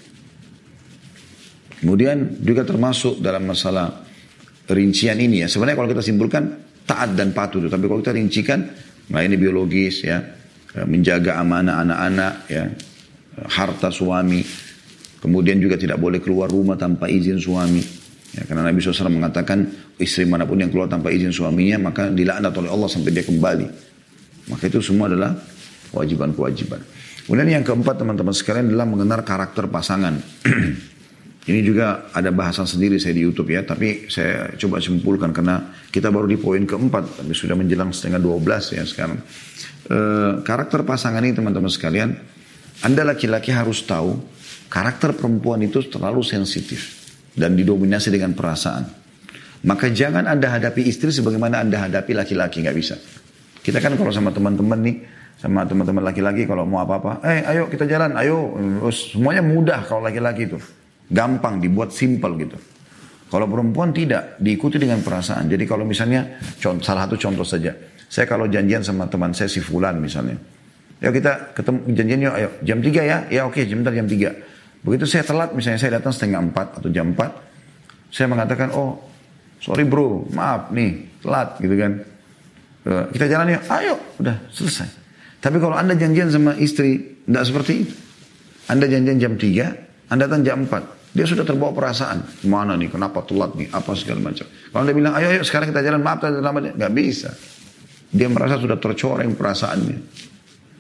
Kemudian juga termasuk dalam masalah rincian ini ya. Sebenarnya kalau kita simpulkan, taat dan patuh itu. Tapi kalau kita rincikan, melayani biologis ya, menjaga amanah anak-anak ya, harta suami, kemudian juga tidak boleh keluar rumah tanpa izin suami ya, karena Nabi shallallahu alaihi wasallam mengatakan istri manapun yang keluar tanpa izin suaminya maka dilaknat oleh Allah sampai dia kembali. Maka itu semua adalah kewajiban-kewajiban. Kemudian yang keempat teman-teman sekalian adalah mengenal karakter pasangan. Ini juga ada bahasan sendiri saya di YouTube ya, tapi saya coba simpulkan karena kita baru di poin keempat, tapi sudah menjelang setengah dua belas ya sekarang. E, karakter pasangan ini teman-teman sekalian, Anda laki-laki harus tahu karakter perempuan itu terlalu sensitif dan didominasi dengan perasaan. Maka jangan Anda hadapi istri sebagaimana Anda hadapi laki-laki, nggak bisa. Kita kan kalau sama teman-teman nih, sama teman-teman laki-laki kalau mau apa-apa, eh ayo kita jalan, ayo, semuanya mudah kalau laki-laki itu. Gampang, dibuat simple gitu. Kalau perempuan tidak, diikuti dengan perasaan. Jadi kalau misalnya, contoh, salah satu contoh saja. Saya kalau janjian sama teman saya si Fulan misalnya. Ya kita ketemu janjian yuk, ayo jam tiga ya. Ya oke, sebentar jam tiga. Begitu saya telat, misalnya saya datang setengah empat atau jam empat. Saya mengatakan, oh sorry bro, maaf nih, telat gitu kan. Uh, kita jalan yuk, ayo, udah selesai. Tapi kalau Anda janjian sama istri, tidak seperti itu. Anda janjian jam tiga, Anda datang jam empat. Dia sudah terbawa perasaan. Mana nih, kenapa telat nih, apa segala macam. Kalau Anda bilang, ayo, ayo sekarang kita jalan, maaf tadi lama. Nggak bisa. Dia merasa sudah tercoreng perasaannya.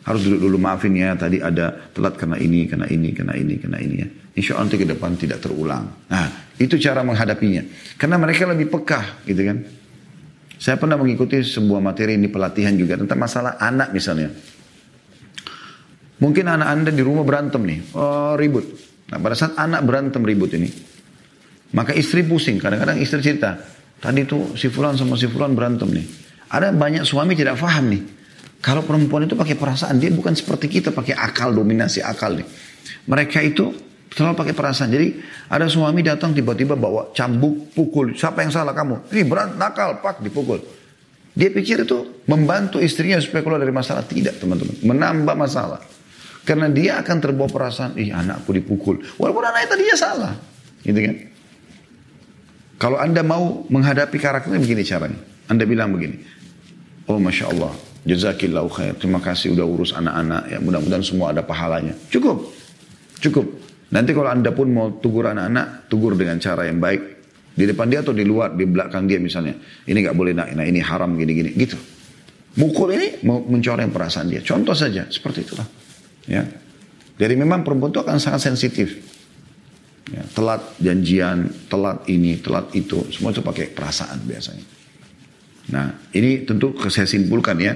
Harus duduk dulu, maafin ya tadi ada telat karena ini, karena ini, karena ini, karena ini ya. Insya Allah nanti ke depan tidak terulang. Nah itu cara menghadapinya. Karena mereka lebih peka gitu kan. Saya pernah mengikuti sebuah materi ini pelatihan juga tentang masalah anak misalnya. Mungkin anak anda di rumah berantem nih, oh, ribut. Nah pada saat anak berantem ribut ini, maka istri pusing. Kadang-kadang istri cerita, tadi tuh si fulan sama si fulan berantem nih. Ada banyak suami tidak paham nih. Kalau perempuan itu pakai perasaan, dia bukan seperti kita pakai akal, dominasi akal nih. Mereka itu selalu pakai perasaan. Jadi ada suami datang tiba-tiba bawa cambuk, pukul. Siapa yang salah kamu? Ini berat, nakal, pak, dipukul. Dia pikir itu membantu istrinya supaya keluar dari masalah. Tidak teman-teman, menambah masalah. Karena dia akan terbawa perasaan, ih anakku dipukul. Walaupun anaknya tadinya salah. Gitu kan. Kalau anda mau menghadapi karakternya begini caranya. Anda bilang begini. Oh Masya Allah. Jazakillahu khair. Terima kasih udah urus anak-anak. Ya, mudah-mudahan semua ada pahalanya. Cukup. Cukup. Nanti kalau anda pun mau tegur anak-anak. Tegur dengan cara yang baik. Di depan dia atau di luar. Di belakang dia misalnya. Ini gak boleh nak. Nah, ini haram gini-gini. Gitu. Mukul ini mau mencoreng perasaan dia. Contoh saja. Seperti itulah. Ya, jadi memang perempuan itu akan sangat sensitif. Ya, telat janjian, telat ini, telat itu, semua itu pakai perasaan biasanya. Nah, ini tentu saya simpulkan ya.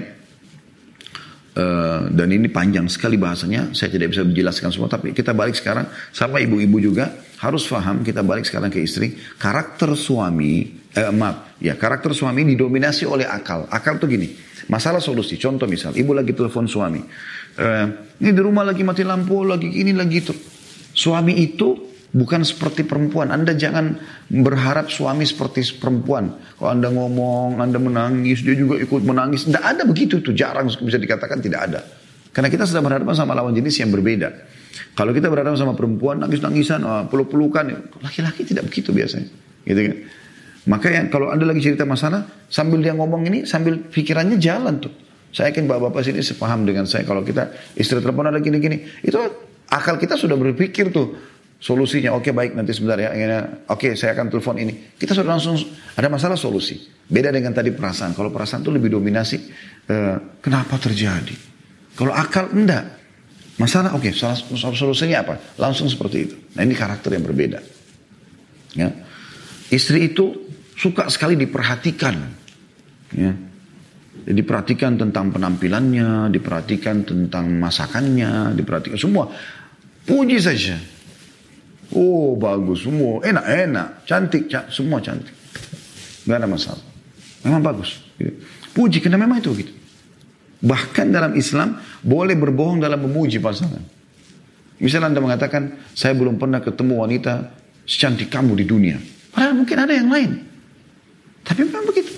Uh, dan ini panjang sekali bahasanya, saya tidak bisa menjelaskan semua. Tapi kita balik sekarang sama ibu-ibu juga harus paham. Kita balik sekarang ke istri. Karakter suami, eh, maaf, ya karakter suami didominasi oleh akal. Akal tuh gini. Masalah solusi. Contoh misal, ibu lagi telepon suami. Uh, ini di rumah lagi mati lampu, lagi ini lagi itu. Suami itu bukan seperti perempuan. Anda jangan berharap suami seperti perempuan. Kalau Anda ngomong, Anda menangis, dia juga ikut menangis. Tidak ada begitu tuh, jarang bisa dikatakan tidak ada. Karena kita sedang berhadapan sama lawan jenis yang berbeda. Kalau kita berhadapan sama perempuan, nangis-nangisan, oh, peluk-pelukan, laki-laki tidak begitu biasanya. Gitu kan? Maka yang, kalau Anda lagi cerita masalah, sambil dia ngomong ini, sambil pikirannya jalan tuh. Saya yakin bapak-bapak sini sepaham dengan saya. Kalau kita istri telepon ada gini-gini, itu akal kita sudah berpikir tuh solusinya. Oke baik nanti sebentar ya. Oke saya akan telepon ini. Kita sudah langsung ada masalah solusi. Beda dengan tadi perasaan. Kalau perasaan itu lebih dominasi. Eh, kenapa terjadi? Kalau akal enggak. Masalah oke solusinya apa? Langsung seperti itu. Nah ini karakter yang berbeda. Ya. Istri itu suka sekali diperhatikan. Ya. Diperhatikan tentang penampilannya, diperhatikan tentang masakannya, diperhatikan semua. Puji saja. Oh bagus semua, enak-enak, cantik, cantik, semua cantik. Gak ada masalah. Memang bagus. Puji, karena memang itu gitu. Bahkan dalam Islam, boleh berbohong dalam memuji pasangan. Misalnya Anda mengatakan, saya belum pernah ketemu wanita secantik kamu di dunia. Padahal mungkin ada yang lain. Tapi memang begitu.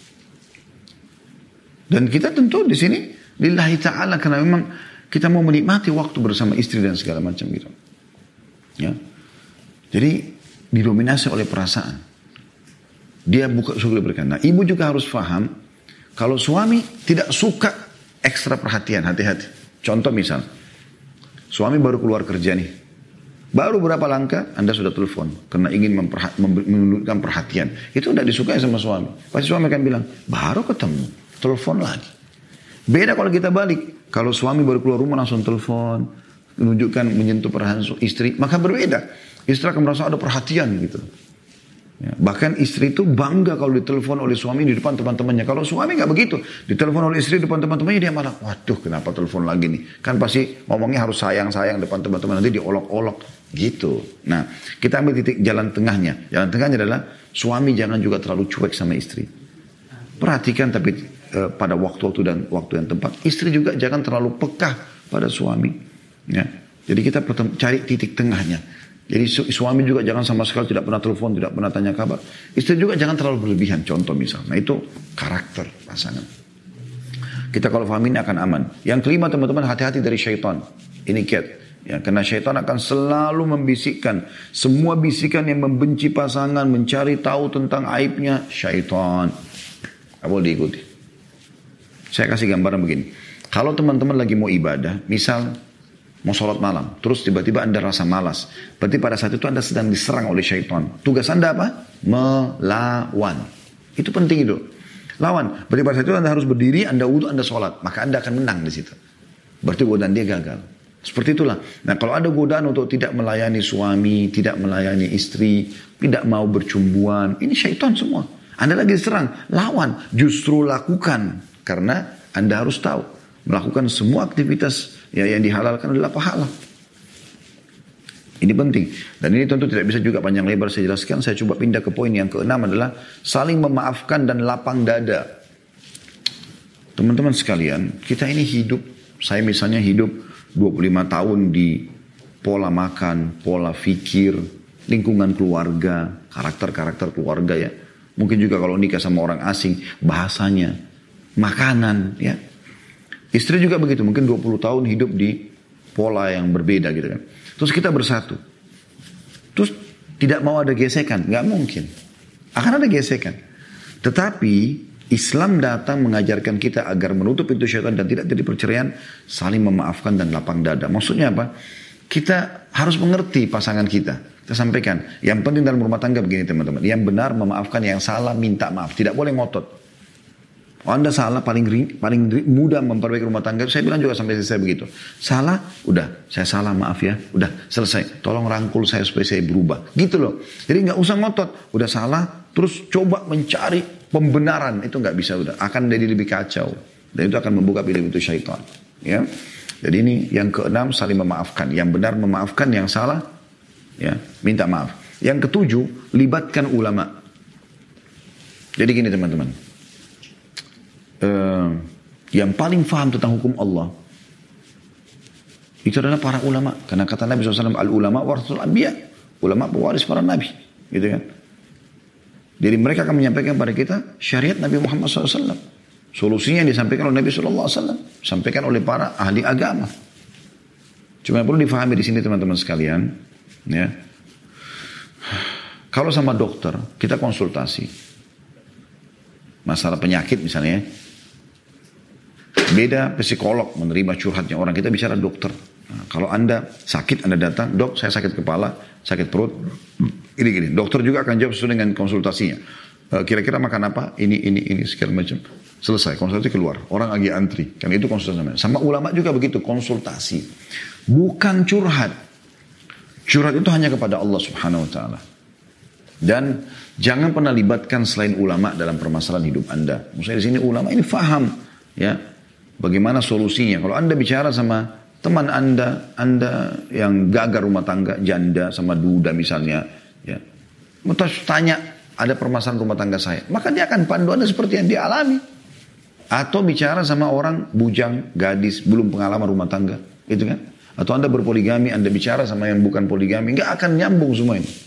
Dan kita tentu di sini lillahi ta'ala karena memang kita mau menikmati waktu bersama istri dan segala macam gitu. Ya. Jadi didominasi oleh perasaan. Dia buka suka berikan. Nah, ibu juga harus paham kalau suami tidak suka ekstra perhatian, hati-hati. Contoh misal, suami baru keluar kerja nih. Baru berapa langkah Anda sudah telepon karena ingin memperha- menunjukkan perhatian. Itu tidak disukai sama suami. Pasti suami akan bilang, "Baru ketemu, telepon lagi." Beda kalau kita balik. Kalau suami baru keluar rumah langsung telepon, menunjukkan menyentuh perhatian istri, maka berbeda. Istri akan merasa ada perhatian gitu. Ya, bahkan istri itu bangga kalau ditelepon oleh suami di depan teman-temannya. Kalau suami nggak begitu, ditelepon oleh istri di depan teman-temannya dia malah, waduh kenapa telepon lagi nih? Kan pasti ngomongnya harus sayang-sayang depan teman-teman, nanti diolok-olok gitu. Nah, kita ambil titik jalan tengahnya. Jalan tengahnya adalah suami jangan juga terlalu cuek sama istri. Perhatikan tapi eh, pada waktu-waktu dan waktu yang tepat. Istri juga jangan terlalu peka pada suami. Ya, jadi kita cari titik tengahnya. Jadi su suami juga jangan sama sekali tidak pernah telepon, tidak pernah tanya kabar. Istri juga jangan terlalu berlebihan, contoh misal. Nah itu karakter pasangan. Kita kalau paham ini akan aman. Yang kelima teman-teman, hati-hati dari syaitan. Ini kiat. Ya, karena syaitan akan selalu membisikkan. Semua bisikan yang membenci pasangan, mencari tahu tentang aibnya, syaitan. Gak boleh diikuti. Saya kasih gambaran begini. Kalau teman-teman lagi mau ibadah, misal mau sholat malam, terus tiba-tiba Anda rasa malas. Berarti pada saat itu Anda sedang diserang oleh syaitan. Tugas Anda apa? Melawan. Itu penting itu. Lawan. Berarti pada saat itu Anda harus berdiri, Anda wudhu, Anda sholat. Maka Anda akan menang di situ. berarti godaan dia gagal. Seperti itulah. Nah kalau ada godaan untuk tidak melayani suami, tidak melayani istri, tidak mau bercumbuan, ini syaitan semua. Anda lagi diserang, lawan, justru lakukan. Karena Anda harus tahu, melakukan semua aktivitas ya, yang dihalalkan adalah pahala. Ini penting. Dan ini tentu tidak bisa juga panjang lebar saya jelaskan. Saya coba pindah ke poin yang keenam adalah saling memaafkan dan lapang dada. Teman-teman sekalian, kita ini hidup, saya misalnya hidup dua puluh lima tahun di pola makan, pola fikir, lingkungan keluarga, karakter-karakter keluarga ya. Mungkin juga kalau nikah sama orang asing, bahasanya, makanan ya. Istri juga begitu, mungkin dua puluh tahun hidup di pola yang berbeda gitu kan. Terus kita bersatu. Terus tidak mau ada gesekan, nggak mungkin. Akan ada gesekan. Tetapi Islam datang mengajarkan kita agar menutup pintu syaitan dan tidak terjadi perceraian, saling memaafkan dan lapang dada. Maksudnya apa? Kita harus mengerti pasangan kita. Kita sampaikan. Yang penting dalam rumah tangga begini teman-teman. Yang benar memaafkan, yang salah minta maaf. Tidak boleh ngotot. Oh, Anda salah, paling paling mudah memperbaiki rumah tangga. Saya bilang juga sampai selesai begitu. Salah, udah, saya salah, maaf ya. Udah, selesai. Tolong rangkul saya supaya saya berubah. Gitu loh. Jadi nggak usah ngotot. Udah salah, terus coba mencari pembenaran. Itu nggak bisa, udah. Akan jadi lebih kacau. Dan itu akan membuka pintu-pintu syaitan. Ya. Jadi ini yang keenam, saling memaafkan. Yang benar memaafkan, yang salah, ya, minta maaf. Yang ketujuh, libatkan ulama. Jadi gini teman-teman. Uh, yang paling faham tentang hukum Allah itu adalah para ulama. Karena kata Nabi shallallahu alaihi wasallam, al-ulama warathul anbiya, ulama pewaris para nabi, gitu kan. Jadi mereka akan menyampaikan pada kita syariat Nabi Muhammad shallallahu alaihi wasallam. Solusinya yang disampaikan oleh Nabi shallallahu alaihi wasallam, sampaikan oleh para ahli agama. Cuma yang perlu difahami di sini teman-teman sekalian, ya. Kalau sama dokter kita konsultasi masalah penyakit misalnya, beda psikolog menerima curhatnya orang, kita bicara dokter. Nah, kalau Anda sakit, Anda datang, dok saya sakit kepala, sakit perut, ini gini. Dokter juga akan jawab sesuai dengan konsultasinya. E, kira-kira makan apa? Ini, ini, ini, segala macam. Selesai, konsultasi keluar. Orang lagi antri. Kan itu konsultasi. Sama ulama juga begitu, konsultasi. Bukan curhat. Curhat itu hanya kepada Allah subhanahu wa ta'ala. Dan jangan pernah libatkan selain ulama dalam permasalahan hidup Anda. Maksudnya di sini ulama ini faham, ya, bagaimana solusinya. Kalau Anda bicara sama teman Anda, Anda yang gagal rumah tangga, janda sama duda misalnya, ya, terus tanya ada permasalahan rumah tangga saya, maka dia akan pandu Anda seperti yang dia alami. Atau bicara sama orang bujang, gadis, belum pengalaman rumah tangga, gitu kan? Atau Anda berpoligami, Anda bicara sama yang bukan poligami, nggak akan nyambung semua ini.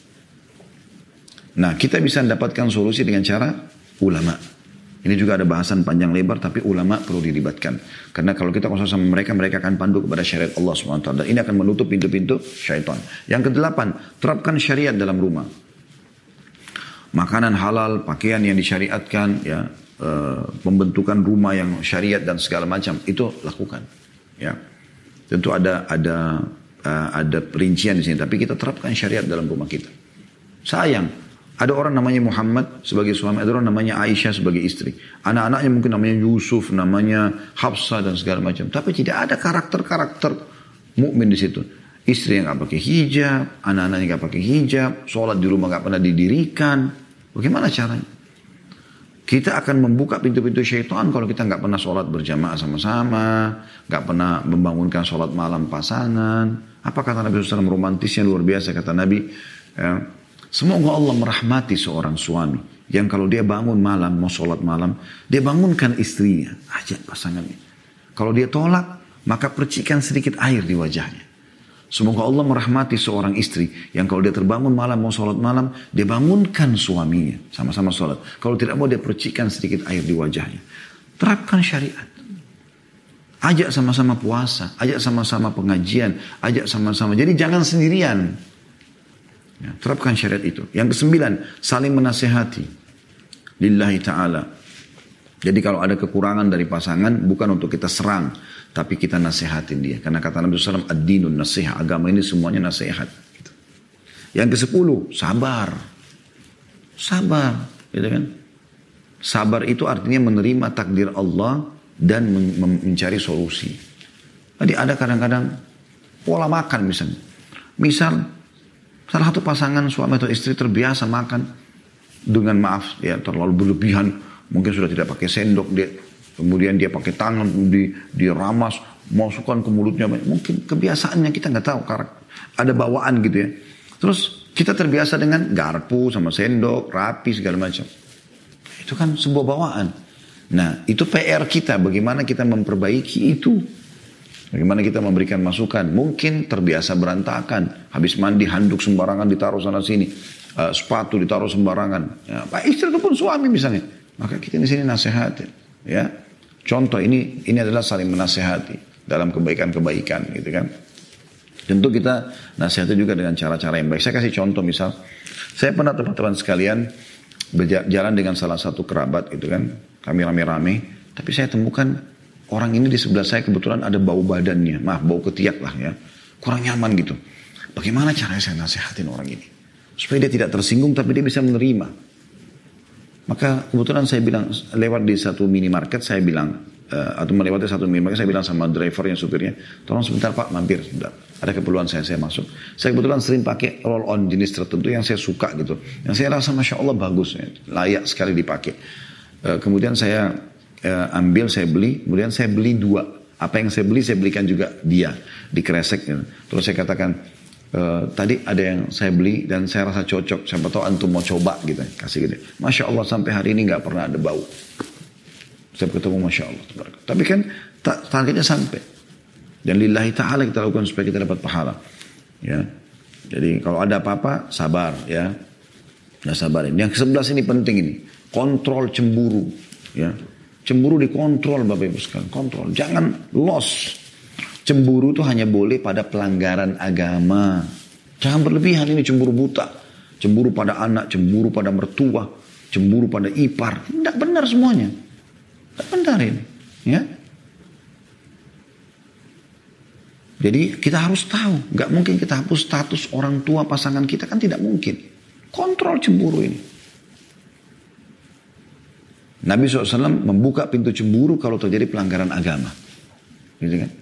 Nah, kita bisa mendapatkan solusi dengan cara ulama. Ini juga ada bahasan panjang lebar, tapi ulama perlu dilibatkan. Karena kalau kita konsultasi sama mereka, mereka akan pandu kepada syariat Allah subhanahu wa taala. Dan ini akan menutup pintu-pintu syaitan. Yang kedelapan, terapkan syariat dalam rumah. Makanan halal, pakaian yang disyariatkan, ya, e, pembentukan rumah yang syariat dan segala macam, itu lakukan. Ya, tentu ada ada uh, ada perincian di sini, tapi kita terapkan syariat dalam rumah kita. Sayang. Ada orang namanya Muhammad sebagai suami, ada orang namanya Aisyah sebagai istri. Anak-anaknya mungkin namanya Yusuf, namanya Hafsah dan segala macam. Tapi tidak ada karakter-karakter mukmin di situ. Istri yang nggak pakai hijab, anak-anaknya nggak pakai hijab, sholat di rumah nggak pernah didirikan. Bagaimana caranya? Kita akan membuka pintu-pintu syaitan kalau kita nggak pernah sholat berjamaah sama-sama, nggak pernah membangunkan sholat malam pasangan. Apa kata Nabi shallallahu alaihi wasallam, romantisnya luar biasa kata Nabi. Ya, semoga Allah merahmati seorang suami yang kalau dia bangun malam, mau sholat malam, dia bangunkan istrinya, ajak pasangannya. Kalau dia tolak, maka percikan sedikit air di wajahnya. Semoga Allah merahmati seorang istri yang kalau dia terbangun malam, mau sholat malam, dia bangunkan suaminya, sama-sama sholat. Kalau tidak mau, dia percikan sedikit air di wajahnya. Terapkan syariat. Ajak sama-sama puasa, ajak sama-sama pengajian, ajak sama-sama. Jadi jangan sendirian. Ya, terapkan syariat itu. Yang kesembilan, saling menasehati lillahi ta'ala. Jadi kalau ada kekurangan dari pasangan, bukan untuk kita serang, tapi kita nasihatin dia. Karena kata Nabi shallallahu alaihi wasallam, ad-dinun nasihat. Agama ini semuanya nasihat. Gitu. Yang kesepuluh, sabar. Sabar. Gitu kan? Sabar itu artinya menerima takdir Allah dan men- mencari solusi. Jadi ada kadang-kadang pola makan misalnya. Misal salah satu pasangan suami atau istri terbiasa makan dengan maaf ya terlalu berlebihan, mungkin sudah tidak pakai sendok dia, kemudian dia pakai tangan di diramas, masukkan ke mulutnya, mungkin kebiasaannya kita nggak tahu, ada bawaan gitu ya. Terus kita terbiasa dengan garpu sama sendok, rapi segala macam. Itu kan sebuah bawaan. Nah itu P R kita, bagaimana kita memperbaiki itu. Bagaimana kita memberikan masukan. Mungkin terbiasa berantakan. Habis mandi handuk sembarangan ditaruh sana sini. Uh, sepatu ditaruh sembarangan. Ya, Pak istri ataupun suami misalnya. Maka kita di sini nasihatin. Ya. Contoh ini ini adalah saling menasihati dalam kebaikan-kebaikan gitu kan. Tentu kita nasihati juga dengan cara-cara yang baik. Saya kasih contoh misal. Saya pernah teman-teman sekalian berjalan dengan salah satu kerabat gitu kan. Kami rame-rame. Tapi saya temukan orang ini di sebelah saya kebetulan ada bau badannya. Maaf, bau ketiak lah ya. Kurang nyaman gitu. Bagaimana caranya saya nasihatin orang ini? Supaya dia tidak tersinggung tapi dia bisa menerima. Maka kebetulan saya bilang, lewat di satu minimarket saya bilang, uh, atau melewati satu minimarket saya bilang sama drivernya, supirnya, tolong sebentar Pak, mampir sebentar. Ada keperluan saya, saya masuk. Saya kebetulan sering pakai roll on jenis tertentu yang saya suka gitu. Yang saya rasa Masya Allah bagus, ya. Layak sekali dipakai. Uh, kemudian saya Uh, ambil, saya beli, kemudian saya beli dua. Apa yang saya beli, saya belikan juga dia di kresek. Ya. Terus saya katakan, uh, tadi ada yang saya beli dan saya rasa cocok. Siapa tahu antum mau coba gitu, kasih gitu. Masya Allah sampai hari ini nggak pernah ada bau. Saya ketemu Masya Allah. Tapi kan targetnya sampai. Dan lillahi ta'ala kita lakukan supaya kita dapat pahala. Ya. Jadi kalau ada apa-apa, sabar ya. Nah sabarin. Yang kesebelas ini penting ini, kontrol cemburu. Ya. Cemburu dikontrol Bapak Ibu sekalian, kontrol. Jangan los. Cemburu itu hanya boleh pada pelanggaran agama. Jangan berlebihan ini cemburu buta. Cemburu pada anak, cemburu pada mertua, cemburu pada ipar. Tidak benar semuanya. Tidak benar ini. Ya. Jadi kita harus tahu. Gak mungkin kita hapus status orang tua pasangan kita, kan tidak mungkin. Kontrol cemburu ini. Nabi shallallahu alaihi wasallam membuka pintu cemburu kalau terjadi pelanggaran agama. Gitu kan?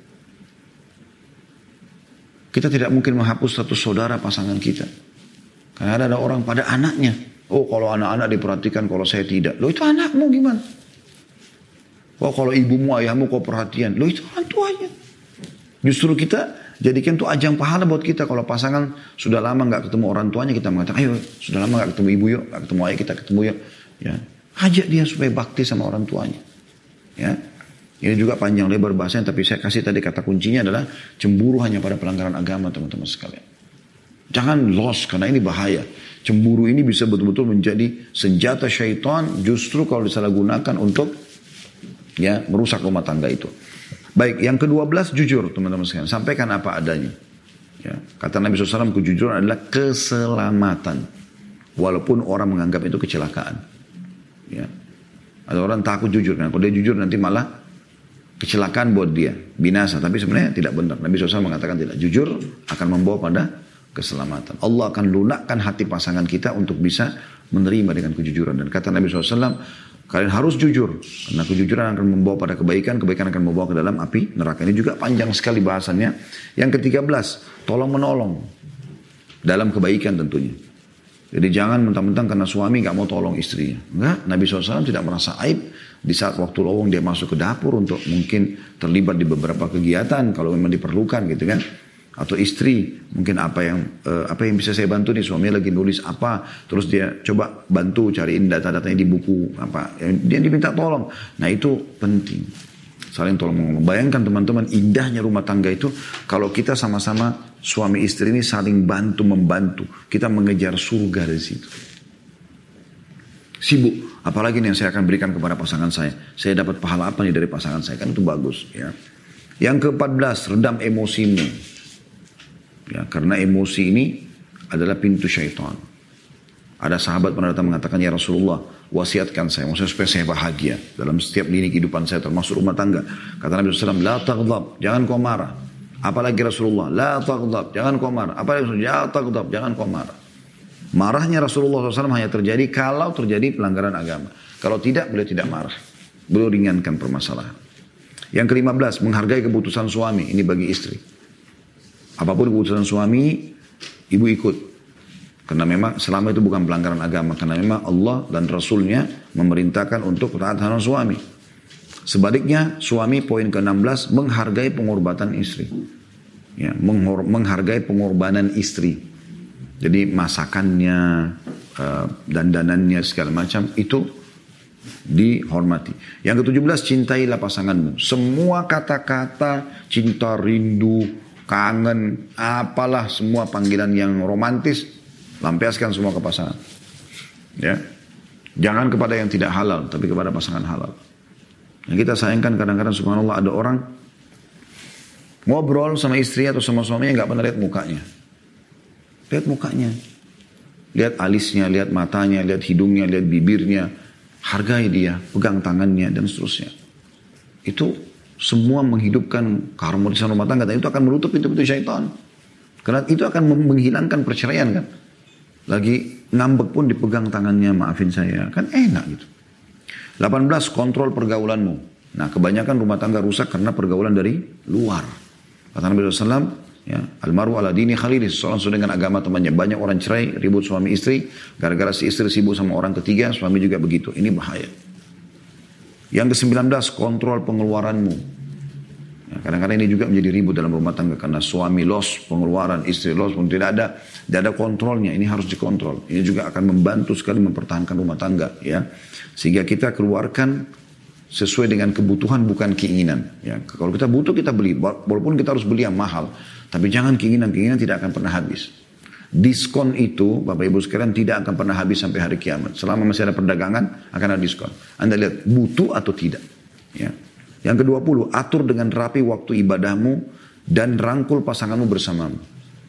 Kita tidak mungkin menghapus status saudara pasangan kita. Karena ada, ada orang pada anaknya. Oh kalau anak-anak diperhatikan, kalau saya tidak. Loh itu anakmu gimana? Oh kalau ibumu, ayahmu kau perhatian. Loh itu orang tuanya. Justru kita jadikan itu ajang pahala buat kita. Kalau pasangan sudah lama gak ketemu orang tuanya, kita mengatakan, ayo sudah lama gak ketemu ibu yuk, gak ketemu ayah kita ketemu yuk. Ya. Ajak dia supaya bakti sama orang tuanya. Ya. Ini juga panjang lebar bahasanya, tapi saya kasih tadi kata kuncinya adalah cemburu hanya pada pelanggaran agama teman-teman sekalian. Jangan los karena ini bahaya. Cemburu ini bisa betul-betul menjadi senjata syaitan justru kalau disalahgunakan untuk ya merusak rumah tangga itu. Baik, yang kedua belas jujur teman-teman sekalian. Sampaikan apa adanya. Ya. Kata Nabi shallallahu alaihi wasallam kejujuran adalah keselamatan. Walaupun orang menganggap itu kecelakaan. Ya. Ada orang takut jujur kan. Kalau dia jujur nanti malah kecelakaan buat dia, binasa. Tapi sebenarnya tidak benar. Nabi shallallahu alaihi wasallam mengatakan tidak. Jujur akan membawa pada keselamatan. Allah akan lunakkan hati pasangan kita untuk bisa menerima dengan kejujuran. Dan kata Nabi shallallahu alaihi wasallam, kalian harus jujur. Karena kejujuran akan membawa pada kebaikan. Kebaikan akan membawa ke dalam api neraka. Ini juga panjang sekali bahasannya. Yang ketiga belas, tolong menolong. Dalam kebaikan tentunya. Jadi jangan mentang-mentang karena suami gak mau tolong istrinya. Enggak, Nabi shallallahu alaihi wasallam tidak merasa aib di saat waktu lowong dia masuk ke dapur untuk mungkin terlibat di beberapa kegiatan kalau memang diperlukan gitu kan. Atau istri, mungkin apa yang uh, apa yang bisa saya bantu nih, suaminya lagi nulis apa, terus dia coba bantu cariin data-datanya di buku apa, dia diminta tolong. Nah itu penting, saling tolong menolong. Bayangkan teman-teman indahnya rumah tangga itu kalau kita sama-sama suami istri ini saling bantu membantu, kita mengejar surga dari situ. Sibuk, apalagi nih yang saya akan berikan kepada pasangan saya, saya dapat pahala apa nih dari pasangan saya, kan itu bagus ya. Yang keempat belas, redam emosimu. Ya, karena emosi ini adalah pintu syaitan. Ada sahabat pernah datang mengatakan, ya Rasulullah, wasiatkan saya, maksudnya supaya saya bahagia dalam setiap lini kehidupan saya, termasuk rumah tangga. Kata Nabi shallallahu alaihi wasallam, la taghdab, jangan kau marah. Apalagi Rasulullah, la taghdab, jangan kau marah. Apalagi Rasulullah, la taghdab, jangan kau marah. Marahnya Rasulullah shallallahu alaihi wasallam hanya terjadi kalau terjadi pelanggaran agama. Kalau tidak, beliau tidak marah. Beliau ringankan permasalahan. Yang kelima belas, menghargai keputusan suami. Ini bagi istri. Apapun keputusan suami, ibu ikut. Karena memang selama itu bukan pelanggaran agama. Karena memang Allah dan Rasulnya memerintahkan untuk taat sama suami. Sebaliknya, suami poin ke enam belas, menghargai pengorbanan istri. Ya, menghargai pengorbanan istri. Jadi masakannya, uh, dandanannya, segala macam, itu dihormati. Yang ketujuh belas, cintailah pasanganmu. Semua kata-kata cinta, rindu, kangen, apalah semua panggilan yang romantis, lampiaskan semua ke pasangan. Ya, jangan kepada yang tidak halal, tapi kepada pasangan halal. Yang kita sayangkan kadang-kadang subhanallah ada orang ngobrol sama istri atau sama suaminya nggak pernah lihat mukanya. Lihat mukanya, lihat alisnya, lihat matanya, lihat hidungnya, lihat bibirnya. Hargai dia, pegang tangannya, dan seterusnya. Itu semua menghidupkan keharmonisan rumah tangga. Dan itu akan menutup pintu-pintu syaitan. Karena itu akan menghilangkan perceraian kan. Lagi ngambek pun dipegang tangannya, maafin saya. Kan enak gitu. delapan belas, kontrol pergaulanmu. Nah kebanyakan rumah tangga rusak karena pergaulan dari luar. Kata Nabi shallallahu alaihi wasallam, ya, almaru ala dini khalili, seseorang sesuai dengan agama temannya. Banyak orang cerai, ribut suami istri, gara-gara si istri sibuk sama orang ketiga, suami juga begitu. Ini bahaya. Yang ke sembilan belas, kontrol pengeluaranmu. Ya, kadang-kadang ini juga menjadi ribut dalam rumah tangga karena suami loss pengeluaran, istri loss pun tidak ada, tidak ada kontrolnya. Ini harus dikontrol. Ini juga akan membantu sekali mempertahankan rumah tangga, ya, sehingga kita keluarkan sesuai dengan kebutuhan bukan keinginan. Ya, kalau kita butuh kita beli, walaupun kita harus beli yang mahal. Tapi jangan keinginan-keinginan tidak akan pernah habis. Diskon itu, Bapak Ibu sekalian, tidak akan pernah habis sampai hari kiamat. Selama masih ada perdagangan, akan ada diskon. Anda lihat, butuh atau tidak. Ya. Yang kedua puluh, atur dengan rapi waktu ibadahmu dan rangkul pasanganmu bersamamu.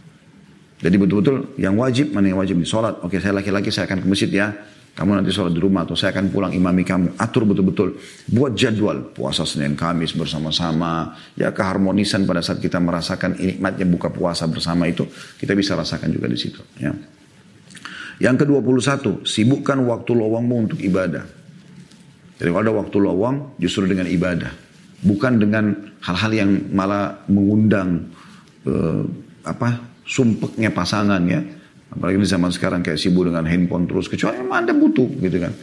Jadi betul-betul yang wajib, mana yang wajib? Sholat, oke saya laki-laki saya akan ke masjid ya. Kamu nanti sholat di rumah atau saya akan pulang imami kamu. Atur betul-betul. Buat jadwal. Puasa Senin Kamis bersama-sama. Ya keharmonisan pada saat kita merasakan nikmatnya buka puasa bersama itu. Kita bisa rasakan juga di situ. Ya. Yang ke dua puluh satu. Sibukkan waktu lowongmu untuk ibadah. Jadi kalau ada waktu lowong justru dengan ibadah. Bukan dengan hal-hal yang malah mengundang uh, apa sumpeknya pasangan ya. Apalagi di zaman sekarang kayak sibuk dengan handphone terus. Kecuali memang Anda butuh gitu kan.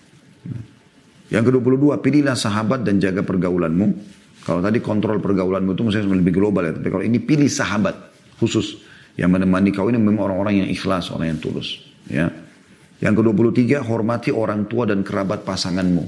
Yang ke dua puluh dua, pilihlah sahabat dan jaga pergaulanmu. Kalau tadi kontrol pergaulanmu itu maksudnya lebih global ya. Tapi kalau ini pilih sahabat khusus. Yang menemani kau ini memang orang-orang yang ikhlas, orang yang tulus. Ya. Yang ke dua puluh tiga, hormati orang tua dan kerabat pasanganmu.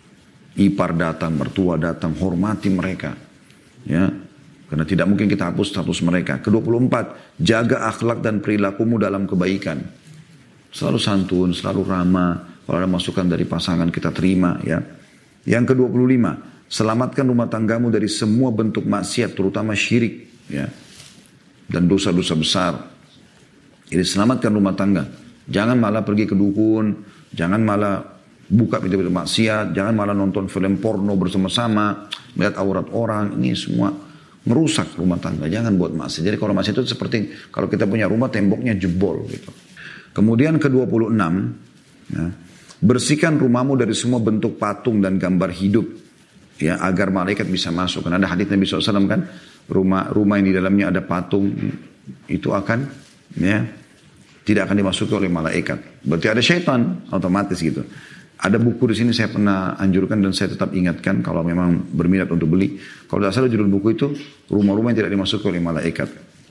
Ipar datang, mertua datang, hormati mereka. Ya. Karena tidak mungkin kita hapus status mereka. Ke dua puluh empat, jaga akhlak dan perilakumu dalam kebaikan. Selalu santun, selalu ramah. Kalau ada masukan dari pasangan kita terima. Ya. Yang ke dua puluh lima, selamatkan rumah tanggamu dari semua bentuk maksiat, terutama syirik. Ya. Dan dosa-dosa besar. Jadi selamatkan rumah tangga. Jangan malah pergi ke dukun. Jangan malah buka pintu-pintu maksiat. Jangan malah nonton film porno bersama-sama. Melihat aurat orang. Ini semua merusak rumah tangga, jangan buat maksiat. Jadi kalau maksiat itu seperti kalau kita punya rumah temboknya jebol gitu. Kemudian ke dua puluh enam, ya, bersihkan rumahmu dari semua bentuk patung dan gambar hidup, ya agar malaikat bisa masuk. Karena ada hadits Nabi shallallahu alaihi wasallam kan, rumah rumah yang di dalamnya ada patung itu akan, ya, tidak akan dimasuki oleh malaikat. Berarti ada syaitan otomatis gitu. Ada buku di sini saya pernah anjurkan dan saya tetap ingatkan kalau memang berminat untuk beli. Kalau tidak salah judul buku itu rumah-rumah yang tidak dimasuki oleh malaikat.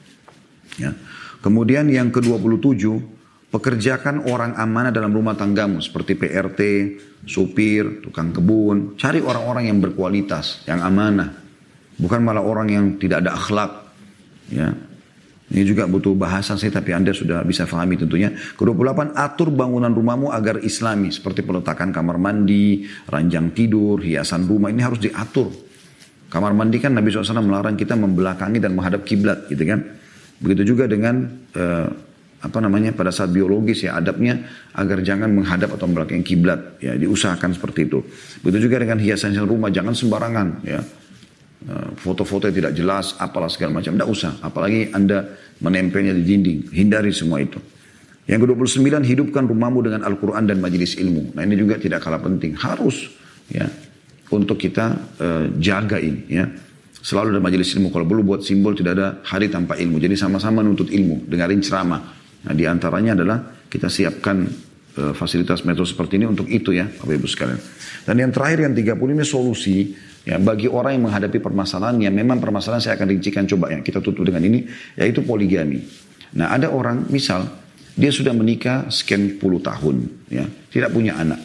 Ya. Kemudian yang ke dua puluh tujuh, pekerjakan orang amanah dalam rumah tanggamu seperti P R T, supir, tukang kebun. Cari orang-orang yang berkualitas, yang amanah. Bukan malah orang yang tidak ada akhlak. Ya. Ini juga butuh bahasan saya, tapi Anda sudah bisa fahami tentunya. Ke dua puluh delapan, atur bangunan rumahmu agar islami. Seperti peletakan kamar mandi, ranjang tidur, hiasan rumah. Ini harus diatur. Kamar mandi kan Nabi shallallahu alaihi wasallam melarang kita membelakangi dan menghadap kiblat, gitu kan. Begitu juga dengan, eh, apa namanya, pada saat biologis ya, adabnya agar jangan menghadap atau membelakangi kiblat. Ya, diusahakan seperti itu. Begitu juga dengan hiasan rumah, jangan sembarangan, ya. Foto-foto yang tidak jelas, apalah segala macam, tidak usah. Apalagi Anda menempelnya di dinding, hindari semua itu. Yang ke dua puluh sembilan, hidupkan rumahmu dengan Al-Quran dan majelis ilmu. Nah ini juga tidak kalah penting, harus ya untuk kita uh, jaga ini ya. Selalu ada majelis ilmu, kalau perlu buat simbol tidak ada hari tanpa ilmu. Jadi sama-sama nuntut ilmu, dengarin ceramah. Nah di antaranya adalah kita siapkan uh, fasilitas metode seperti ini untuk itu ya Bapak Ibu sekalian. Dan yang terakhir yang tiga puluh ini solusi ya, bagi orang yang menghadapi permasalahan yang memang permasalahan saya akan rincikan coba ya. Kita tutup dengan ini, yaitu poligami. Nah ada orang misal dia sudah menikah sekian puluh tahun ya, tidak punya anak.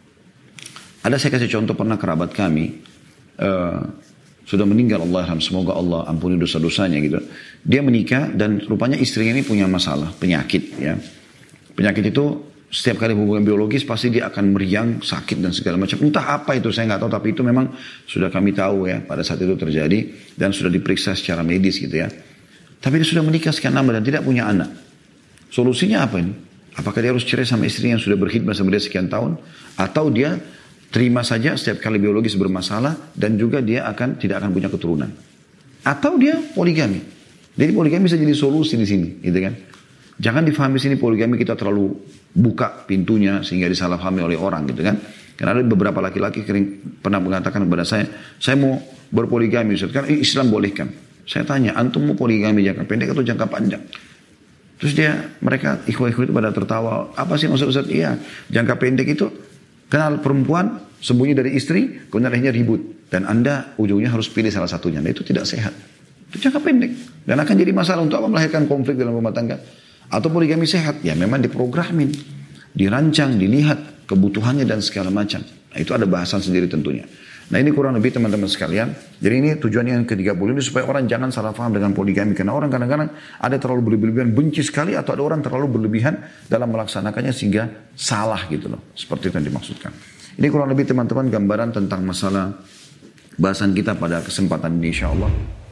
Ada saya kasih contoh pernah kerabat kami, uh, sudah meninggal Allahyarham, semoga Allah ampuni dosa-dosanya gitu. Dia menikah dan rupanya istrinya ini punya masalah, penyakit ya. Penyakit itu setiap kali hubungan biologis pasti dia akan meriang, sakit dan segala macam. Entah apa itu saya nggak tahu, tapi itu memang sudah kami tahu ya pada saat itu terjadi dan sudah diperiksa secara medis gitu ya. Tapi dia sudah menikah sekian lama dan tidak punya anak. Solusinya apa ini? Apakah dia harus cerai sama istrinya yang sudah berkhidmat sama dia sekian tahun? Atau dia terima saja setiap kali biologis bermasalah dan juga dia akan tidak akan punya keturunan. Atau dia poligami. Jadi poligami bisa jadi solusi di sini, gitu kan? Jangan difahami sini poligami kita terlalu buka pintunya sehingga disalahpahami oleh orang, gitu kan? Karena ada beberapa laki-laki kering, pernah mengatakan kepada saya, saya mau berpoligami, Ustaz. Kan Islam bolehkan. Saya tanya, antum mau poligami jangka pendek atau jangka panjang? Terus dia, mereka ikhwah-ikhwah itu pada tertawa. Apa sih maksud Ustaz? Iya, jangka pendek itu kenal perempuan, sembunyi dari istri, kemudian akhirnya ribut. Dan Anda ujungnya harus pilih salah satunya. Nah, itu tidak sehat. Itu jangka pendek. Dan akan jadi masalah untuk apa melahirkan konflik dalam rumah tangga. Atau poligami sehat. Ya memang diprogramin. Dirancang, dilihat kebutuhannya dan segala macam. Nah itu ada bahasan sendiri tentunya. Nah ini kurang lebih teman-teman sekalian. Jadi ini tujuan yang ke tiga puluh ini supaya orang jangan salah paham dengan poligami. Karena orang kadang-kadang ada terlalu berlebihan benci sekali. Atau ada orang terlalu berlebihan dalam melaksanakannya sehingga salah gitu loh. Seperti itu yang dimaksudkan. Ini kurang lebih teman-teman gambaran tentang masalah bahasan kita pada kesempatan ini insya Allah.